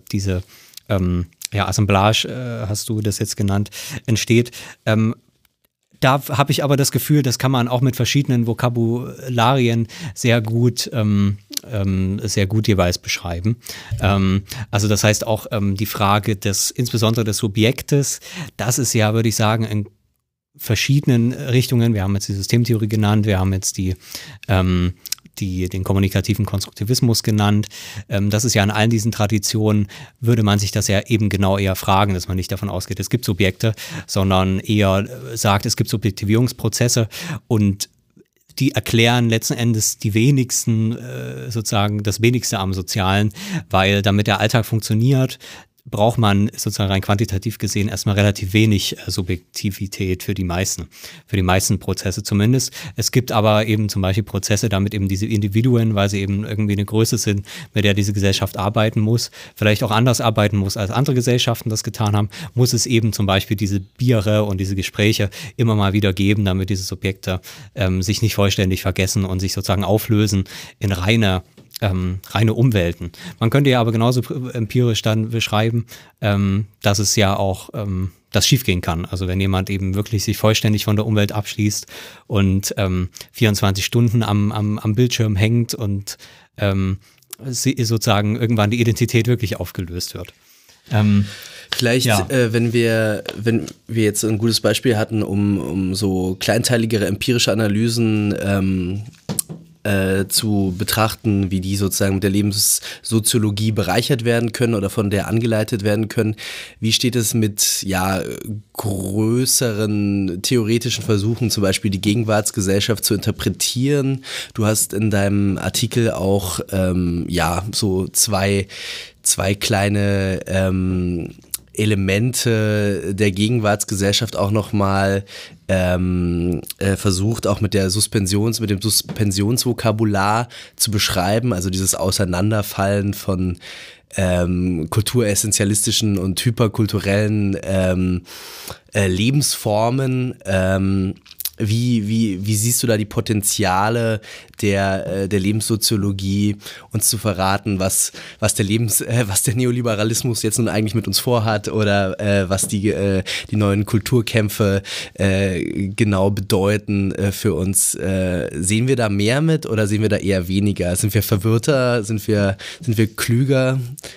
Assemblage, hast du das jetzt genannt, entsteht. Da habe ich aber das Gefühl, das kann man auch mit verschiedenen Vokabularien sehr gut jeweils beschreiben. Also das heißt auch die Frage insbesondere des Subjektes, das ist ja, würde ich sagen, in verschiedenen Richtungen. Wir haben jetzt die Systemtheorie genannt, wir haben jetzt den kommunikativen Konstruktivismus genannt. Das ist ja in allen diesen Traditionen, würde man sich das ja eben genau eher fragen, dass man nicht davon ausgeht, es gibt Subjekte, sondern eher sagt, es gibt Subjektivierungsprozesse und die erklären letzten Endes die wenigsten, sozusagen das Wenigste am Sozialen, weil damit der Alltag funktioniert, braucht man sozusagen rein quantitativ gesehen erstmal relativ wenig Subjektivität für die meisten Prozesse zumindest. Es gibt aber eben zum Beispiel Prozesse, damit eben diese Individuen, weil sie eben irgendwie eine Größe sind, mit der diese Gesellschaft arbeiten muss, vielleicht auch anders arbeiten muss, als andere Gesellschaften das getan haben, muss es eben zum Beispiel diese Biere und diese Gespräche immer mal wieder geben, damit diese Subjekte sich nicht vollständig vergessen und sich sozusagen auflösen in reine Umwelten. Man könnte ja aber genauso empirisch dann beschreiben, dass es ja auch das schiefgehen kann. Also wenn jemand eben wirklich sich vollständig von der Umwelt abschließt und 24 Stunden am Bildschirm hängt und sozusagen irgendwann die Identität wirklich aufgelöst wird. Vielleicht, ja. Wenn wir jetzt ein gutes Beispiel hatten, um so kleinteiligere empirische Analysen zu betrachten, wie die sozusagen mit der Lebenssoziologie bereichert werden können oder von der angeleitet werden können. Wie steht es mit größeren theoretischen Versuchen, zum Beispiel die Gegenwartsgesellschaft zu interpretieren? Du hast in deinem Artikel auch so zwei kleine Elemente der Gegenwartsgesellschaft auch nochmal versucht, auch mit dem Suspensionsvokabular zu beschreiben, also dieses Auseinanderfallen von kulturessentialistischen und hyperkulturellen Lebensformen. Wie siehst du da die Potenziale der Lebenssoziologie, uns zu verraten, was der Neoliberalismus jetzt nun eigentlich mit uns vorhat oder was die neuen Kulturkämpfe genau bedeuten für uns? Sehen wir da mehr mit oder sehen wir da eher weniger? Sind wir verwirrter? Sind wir klüger?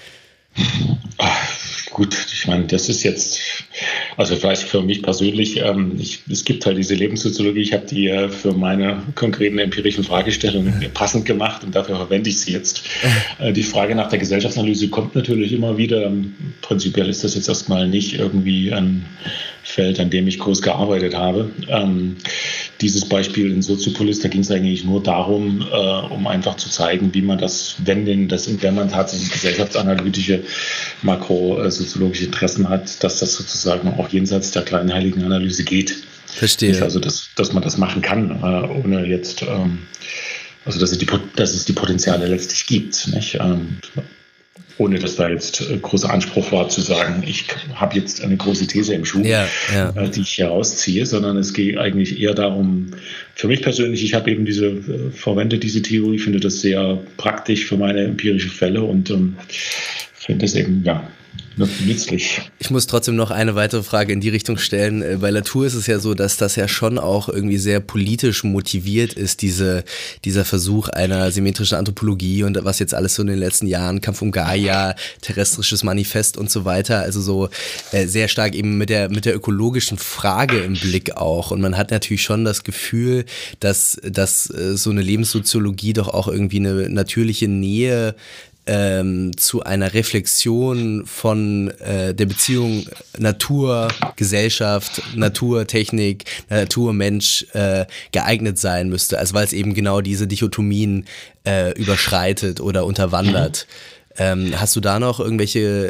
Gut, ich meine, das ist jetzt, also vielleicht für mich persönlich, es gibt halt diese Lebenssoziologie, ich habe die für meine konkreten empirischen Fragestellungen passend gemacht und dafür verwende ich sie jetzt. Die Frage nach der Gesellschaftsanalyse kommt natürlich immer wieder. Prinzipiell ist das jetzt erstmal nicht irgendwie ein Feld, an dem ich groß gearbeitet habe. Dieses Beispiel in Soziopolis, da ging es eigentlich nur darum, um einfach zu zeigen, wie man das, wenn man tatsächlich gesellschaftsanalytische, makrosoziologische Interessen hat, dass das sozusagen auch jenseits der kleinheiligen Analyse geht. Verstehe. Also, dass man das machen kann, ohne jetzt, also dass es die Potenziale letztlich gibt, nicht? Ohne dass da jetzt großer Anspruch war zu sagen, ich habe jetzt eine große These im Schuh, die ich herausziehe, sondern es geht eigentlich eher darum, für mich persönlich, ich habe eben verwende diese Theorie, finde das sehr praktisch für meine empirische Fälle und finde es eben, nützlich. Ich muss trotzdem noch eine weitere Frage in die Richtung stellen. Bei Latour ist es ja so, dass das ja schon auch irgendwie sehr politisch motiviert ist, dieser Versuch einer symmetrischen Anthropologie und was jetzt alles so in den letzten Jahren, Kampf um Gaia, terrestrisches Manifest und so weiter, also so sehr stark eben mit der ökologischen Frage im Blick auch. Und man hat natürlich schon das Gefühl, dass so eine Lebenssoziologie doch auch irgendwie eine natürliche Nähe zu einer Reflexion von der Beziehung Natur, Gesellschaft, Natur, Technik, Natur, Mensch geeignet sein müsste, also weil es eben genau diese Dichotomien überschreitet oder unterwandert. Siehst du da noch irgendwelche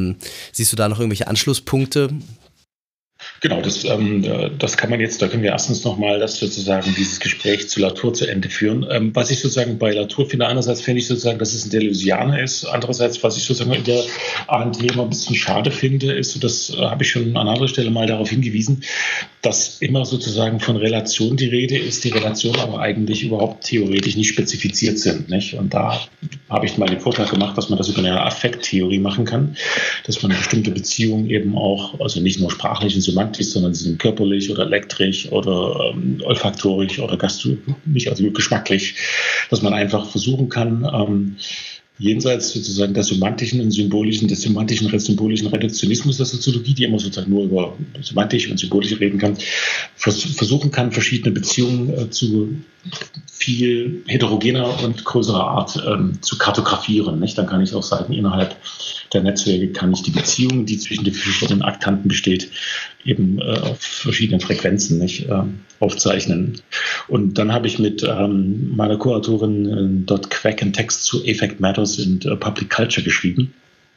Anschlusspunkte? Genau, das kann man jetzt, da können wir erstens nochmal sozusagen dieses Gespräch zu Latour zu Ende führen. Was ich sozusagen bei Latour finde, einerseits finde ich sozusagen, dass es ein Deleuzianer ist, andererseits, was ich sozusagen in der ANT immer ein bisschen schade finde, ist, das habe ich schon an anderer Stelle mal darauf hingewiesen, dass immer sozusagen von Relation die Rede ist, die Relationen aber eigentlich überhaupt theoretisch nicht spezifiziert sind, nicht? Und da habe ich mal den Vorschlag gemacht, dass man das über eine Affekttheorie machen kann, dass man eine bestimmte Beziehung eben auch, also nicht nur sprachlich und semantisch, sondern sie sind körperlich oder elektrisch oder olfaktorisch oder geschmacklich, dass man einfach versuchen kann, jenseits sozusagen des semantischen Reduktionismus der Soziologie, die immer sozusagen nur über semantisch und symbolisch reden kann, versuchen kann, verschiedene Beziehungen zu viel heterogener und größerer Art zu kartografieren. Nicht? Dann kann ich auch sagen, innerhalb der Netzwerke kann ich die Beziehung, die zwischen den verschiedenen Aktanten besteht, eben auf verschiedenen Frequenzen aufzeichnen. Und dann habe ich mit meiner Co-Autorin Quack einen Text zu Affect Matters in Public Culture geschrieben.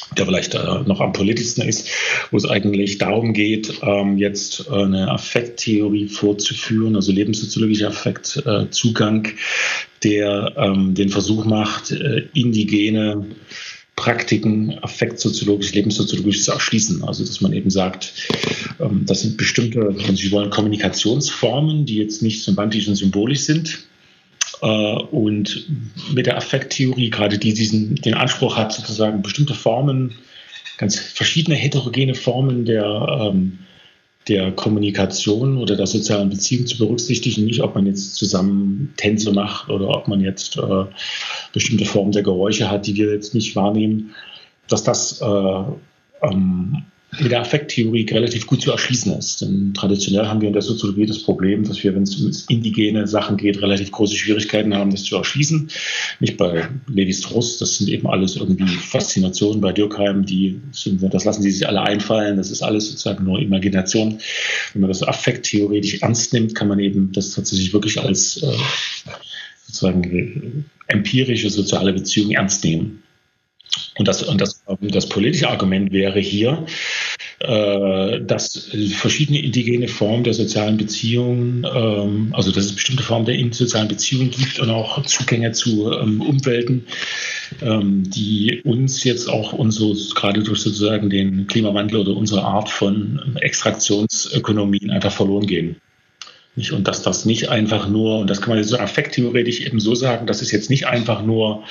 der vielleicht noch am politischsten ist, wo es eigentlich darum geht, jetzt eine Affekttheorie vorzuführen, also lebenssoziologischer Affektzugang, der den Versuch macht, indigene Praktiken affektsoziologisch, lebenssoziologisch zu erschließen. Also dass man eben sagt, das sind bestimmte, wenn Sie wollen, Kommunikationsformen, die jetzt nicht semantisch und symbolisch sind. Und mit der Affekttheorie, gerade die den Anspruch hat, sozusagen bestimmte Formen, ganz verschiedene heterogene Formen der Kommunikation oder der sozialen Beziehung zu berücksichtigen. Nicht, ob man jetzt zusammen Tänze macht oder ob man jetzt bestimmte Formen der Geräusche hat, die wir jetzt nicht wahrnehmen, dass das mit der Affekttheorie relativ gut zu erschließen ist. Denn traditionell haben wir in der Soziologie das Problem, dass wir, wenn es um indigene Sachen geht, relativ große Schwierigkeiten haben, das zu erschließen. Nicht bei Lévi-Strauss, das sind eben alles irgendwie Faszinationen. Bei Durkheim, das lassen sie sich alle einfallen, das ist alles sozusagen nur Imagination. Wenn man das affekttheoretisch ernst nimmt, kann man eben das tatsächlich wirklich als sozusagen empirische soziale Beziehung ernst nehmen. Und das politische Argument wäre hier, dass verschiedene indigene Formen der sozialen Beziehungen, also dass es bestimmte Formen der sozialen Beziehungen gibt und auch Zugänge zu Umwelten, die uns jetzt auch gerade durch sozusagen den Klimawandel oder unsere Art von Extraktionsökonomien einfach verloren gehen. Und dass das nicht einfach nur, und das kann man jetzt so affekttheoretisch eben so sagen, das ist jetzt nicht einfach nur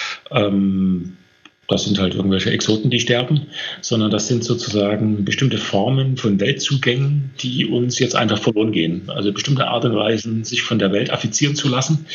das sind halt irgendwelche Exoten, die sterben, sondern das sind sozusagen bestimmte Formen von Weltzugängen, die uns jetzt einfach verloren gehen. Also bestimmte Art und Weisen, sich von der Welt affizieren zu lassen.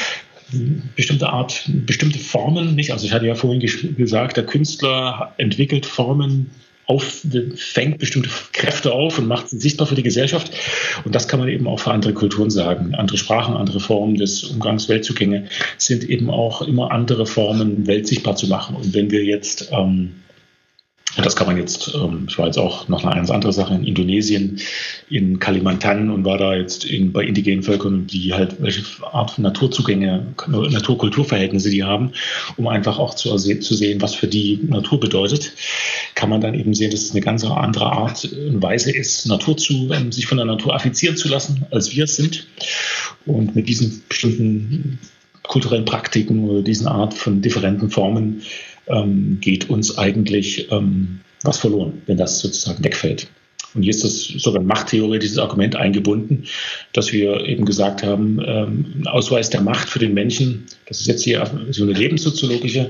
Bestimmte Formen, nicht? Also ich hatte ja vorhin gesagt, der Künstler entwickelt Formen, fängt bestimmte Kräfte auf und macht sie sichtbar für die Gesellschaft. Und das kann man eben auch für andere Kulturen sagen. Andere Sprachen, andere Formen des Umgangs, Weltzugänge sind eben auch immer andere Formen, Welt sichtbar zu machen. Und wenn wir jetzt, das kann man jetzt, ich war jetzt auch noch eine ganz andere Sache in Indonesien, in Kalimantan und war da jetzt bei indigenen Völkern, die halt welche Art von Naturzugänge, Natur-Kultur-Verhältnisse die haben, um einfach auch zu sehen, was für die Natur bedeutet, kann man dann eben sehen, dass es eine ganz andere Art und Weise ist, sich von der Natur affizieren zu lassen, als wir es sind. Und mit diesen bestimmten kulturellen Praktiken oder diesen Art von differenten Formen geht uns eigentlich was verloren, wenn das sozusagen wegfällt. Und hier ist das sogar ein machttheoretisches Argument eingebunden, dass wir eben gesagt haben, Ausweis der Macht für den Menschen, das ist jetzt hier so eine lebenssoziologisches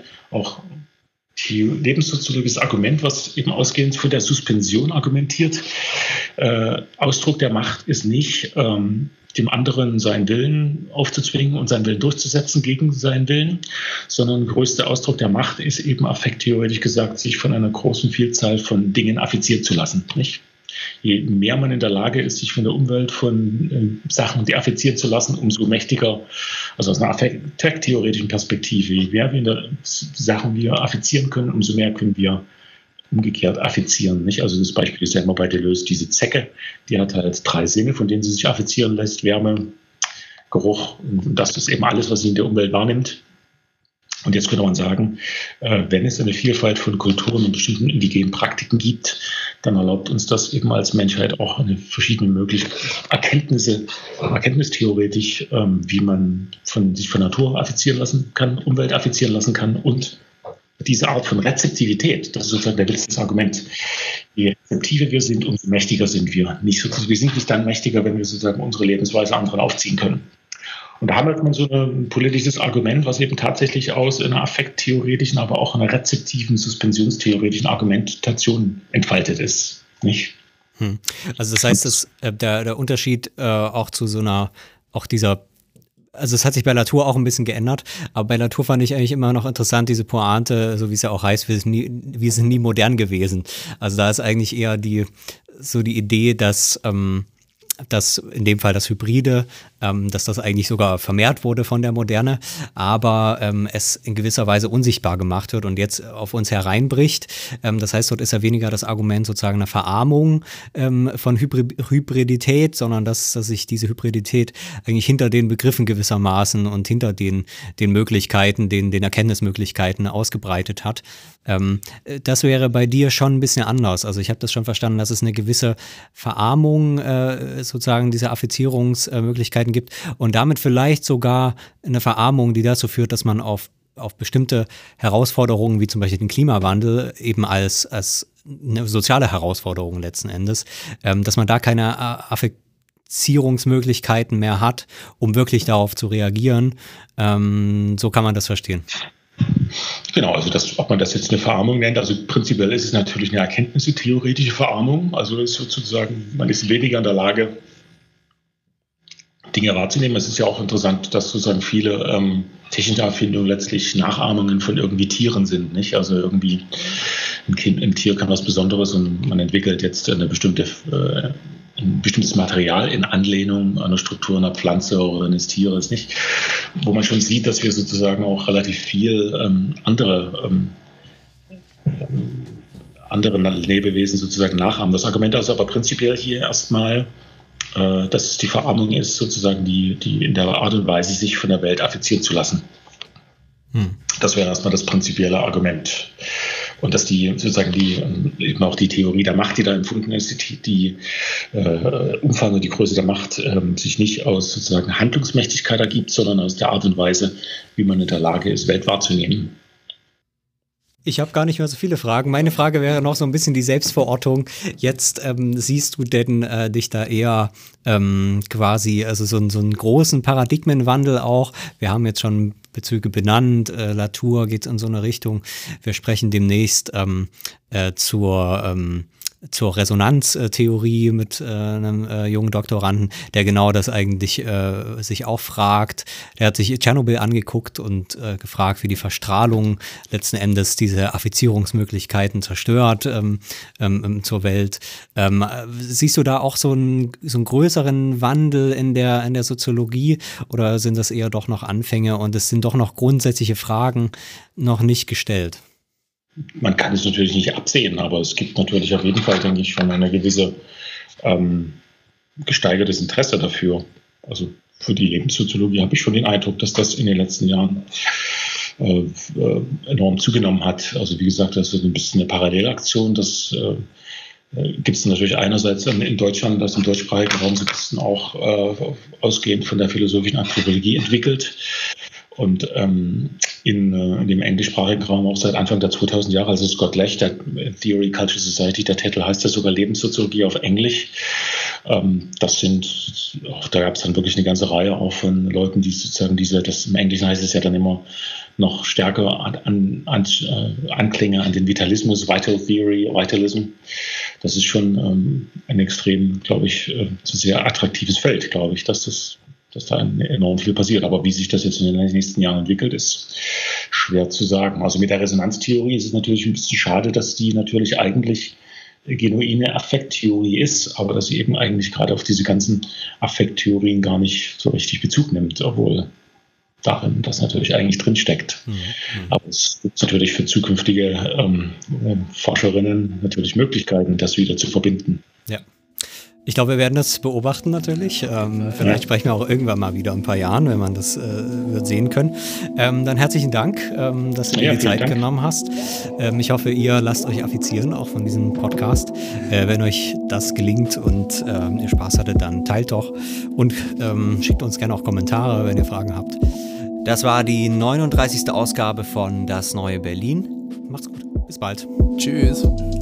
Argument, was eben ausgehend von der Suspension argumentiert. Ausdruck der Macht ist nicht, dem anderen seinen Willen aufzuzwingen und seinen Willen durchzusetzen gegen seinen Willen, sondern größter Ausdruck der Macht ist eben affekttheoretisch gesagt, sich von einer großen Vielzahl von Dingen affizieren zu lassen. Nicht? Je mehr man in der Lage ist, sich von der Umwelt, von Sachen deaffizieren zu lassen, umso mächtiger, also aus einer affekttheoretischen Perspektive, je mehr Sachen wir affizieren können, umso mehr können wir umgekehrt affizieren. Nicht? Also das Beispiel ist ja immer bei Deleuze, diese Zecke, die hat halt 3 Sinne, von denen sie sich affizieren lässt: Wärme, Geruch, und das ist eben alles, was sie in der Umwelt wahrnimmt. Und jetzt könnte man sagen, wenn es eine Vielfalt von Kulturen und bestimmten indigenen Praktiken gibt, dann erlaubt uns das eben als Menschheit auch eine verschiedene mögliche erkenntnistheoretisch, wie man sich von Natur affizieren lassen kann, Umwelt affizieren lassen kann, und diese Art von Rezeptivität, das ist sozusagen der Witz des Arguments. Je rezeptiver wir sind, umso mächtiger sind wir. Wir sind nicht dann mächtiger, wenn wir sozusagen unsere Lebensweise anderen aufziehen können. Und da hat man so ein politisches Argument, was eben tatsächlich aus einer affekttheoretischen, aber auch einer rezeptiven, suspensionstheoretischen Argumentation entfaltet ist. Nicht? Also das heißt, dass der Unterschied auch zu so einer, auch dieser, also es hat sich bei Latour auch ein bisschen geändert, aber bei Latour fand ich eigentlich immer noch interessant, diese Pointe, so wie es ja auch heißt, wir sind nie modern gewesen. Also da ist eigentlich eher die Idee, dass in dem Fall das Hybride dass das eigentlich sogar vermehrt wurde von der Moderne, aber es in gewisser Weise unsichtbar gemacht wird und jetzt auf uns hereinbricht. Das heißt, dort ist ja weniger das Argument sozusagen eine Verarmung von Hybridität, sondern dass sich diese Hybridität eigentlich hinter den Begriffen gewissermaßen und hinter den Möglichkeiten, den Erkenntnismöglichkeiten ausgebreitet hat. Das wäre bei dir schon ein bisschen anders. Also ich habe das schon verstanden, dass es eine gewisse Verarmung sozusagen dieser Affizierungsmöglichkeiten gibt und damit vielleicht sogar eine Verarmung, die dazu führt, dass man auf bestimmte Herausforderungen, wie zum Beispiel den Klimawandel, eben als eine soziale Herausforderung letzten Endes, dass man da keine Affizierungsmöglichkeiten mehr hat, um wirklich darauf zu reagieren. So kann man das verstehen. Genau, also ob man das jetzt eine Verarmung nennt, also prinzipiell ist es natürlich eine erkenntnistheoretische Verarmung, also ist sozusagen, man ist weniger in der Lage, Dinge wahrzunehmen. Es ist ja auch interessant, dass sozusagen viele technische Erfindungen letztlich Nachahmungen von irgendwie Tieren sind, nicht? Also irgendwie ein Tier kann was Besonderes und man entwickelt jetzt ein bestimmtes Material in Anlehnung an eine Struktur einer Pflanze oder eines Tieres, nicht? Wo man schon sieht, dass wir sozusagen auch relativ viel andere Lebewesen sozusagen nachahmen. Das Argument ist aber prinzipiell hier erstmal, dass es die Verarmung ist, sozusagen die in der Art und Weise, sich von der Welt affizieren zu lassen. Das wäre erstmal das prinzipielle Argument. Und dass eben auch die Theorie der Macht, die da empfunden ist, die Umfang und die Größe der Macht sich nicht aus sozusagen Handlungsmächtigkeit ergibt, sondern aus der Art und Weise, wie man in der Lage ist, Welt wahrzunehmen. Ich habe gar nicht mehr so viele Fragen. Meine Frage wäre noch so ein bisschen die Selbstverortung. Jetzt siehst du denn dich da eher quasi, also so einen großen Paradigmenwandel auch. Wir haben jetzt schon Bezüge benannt. Latour geht in so eine Richtung. Wir sprechen demnächst zur Resonanztheorie mit einem jungen Doktoranden, der genau das eigentlich sich auch fragt. Der hat sich Tschernobyl angeguckt und gefragt, wie die Verstrahlung letzten Endes diese Affizierungsmöglichkeiten zerstört zur Welt. Siehst du da auch so einen größeren Wandel in der Soziologie oder sind das eher doch noch Anfänge und es sind doch noch grundsätzliche Fragen noch nicht gestellt? Man kann es natürlich nicht absehen, aber es gibt natürlich auf jeden Fall, denke ich, schon eine gewisse gesteigertes Interesse dafür. Also für die Lebenssoziologie habe ich schon den Eindruck, dass das in den letzten Jahren enorm zugenommen hat. Also wie gesagt, das ist ein bisschen eine Parallelaktion. Das gibt es natürlich einerseits in Deutschland, das im deutschsprachigen Raum so ein bisschen auch ausgehend von der philosophischen Anthropologie entwickelt. Und in dem englischsprachigen Raum auch seit Anfang der 2000 Jahre, also Scott Lech, der Theory Culture Society, der Titel heißt ja sogar Lebenssoziologie auf Englisch. Da gab es dann wirklich eine ganze Reihe auch von Leuten, die sozusagen das im Englischen heißt es ja dann immer noch stärker anklingen an den Vitalismus, Vital Theory, Vitalism. Das ist schon ein extrem, glaube ich, sehr attraktives Feld, glaube ich, dass da enorm viel passiert. Aber wie sich das jetzt in den nächsten Jahren entwickelt, ist schwer zu sagen. Also mit der Resonanztheorie ist es natürlich ein bisschen schade, dass die natürlich eigentlich genuine Affekttheorie ist, aber dass sie eben eigentlich gerade auf diese ganzen Affekttheorien gar nicht so richtig Bezug nimmt, obwohl darin das natürlich eigentlich drinsteckt. Aber es gibt natürlich für zukünftige Forscherinnen natürlich Möglichkeiten, das wieder zu verbinden. Ja. Ich glaube, wir werden das beobachten natürlich. Vielleicht sprechen wir auch irgendwann mal wieder in ein paar Jahren, wenn man das wird sehen können. Dann herzlichen Dank, dass du dir die Zeit genommen hast. Ich hoffe, ihr lasst euch affizieren, auch von diesem Podcast. Wenn euch das gelingt und ihr Spaß hattet, dann teilt doch und schickt uns gerne auch Kommentare, wenn ihr Fragen habt. Das war die 39. Ausgabe von Das Neue Berlin. Macht's gut. Bis bald. Tschüss.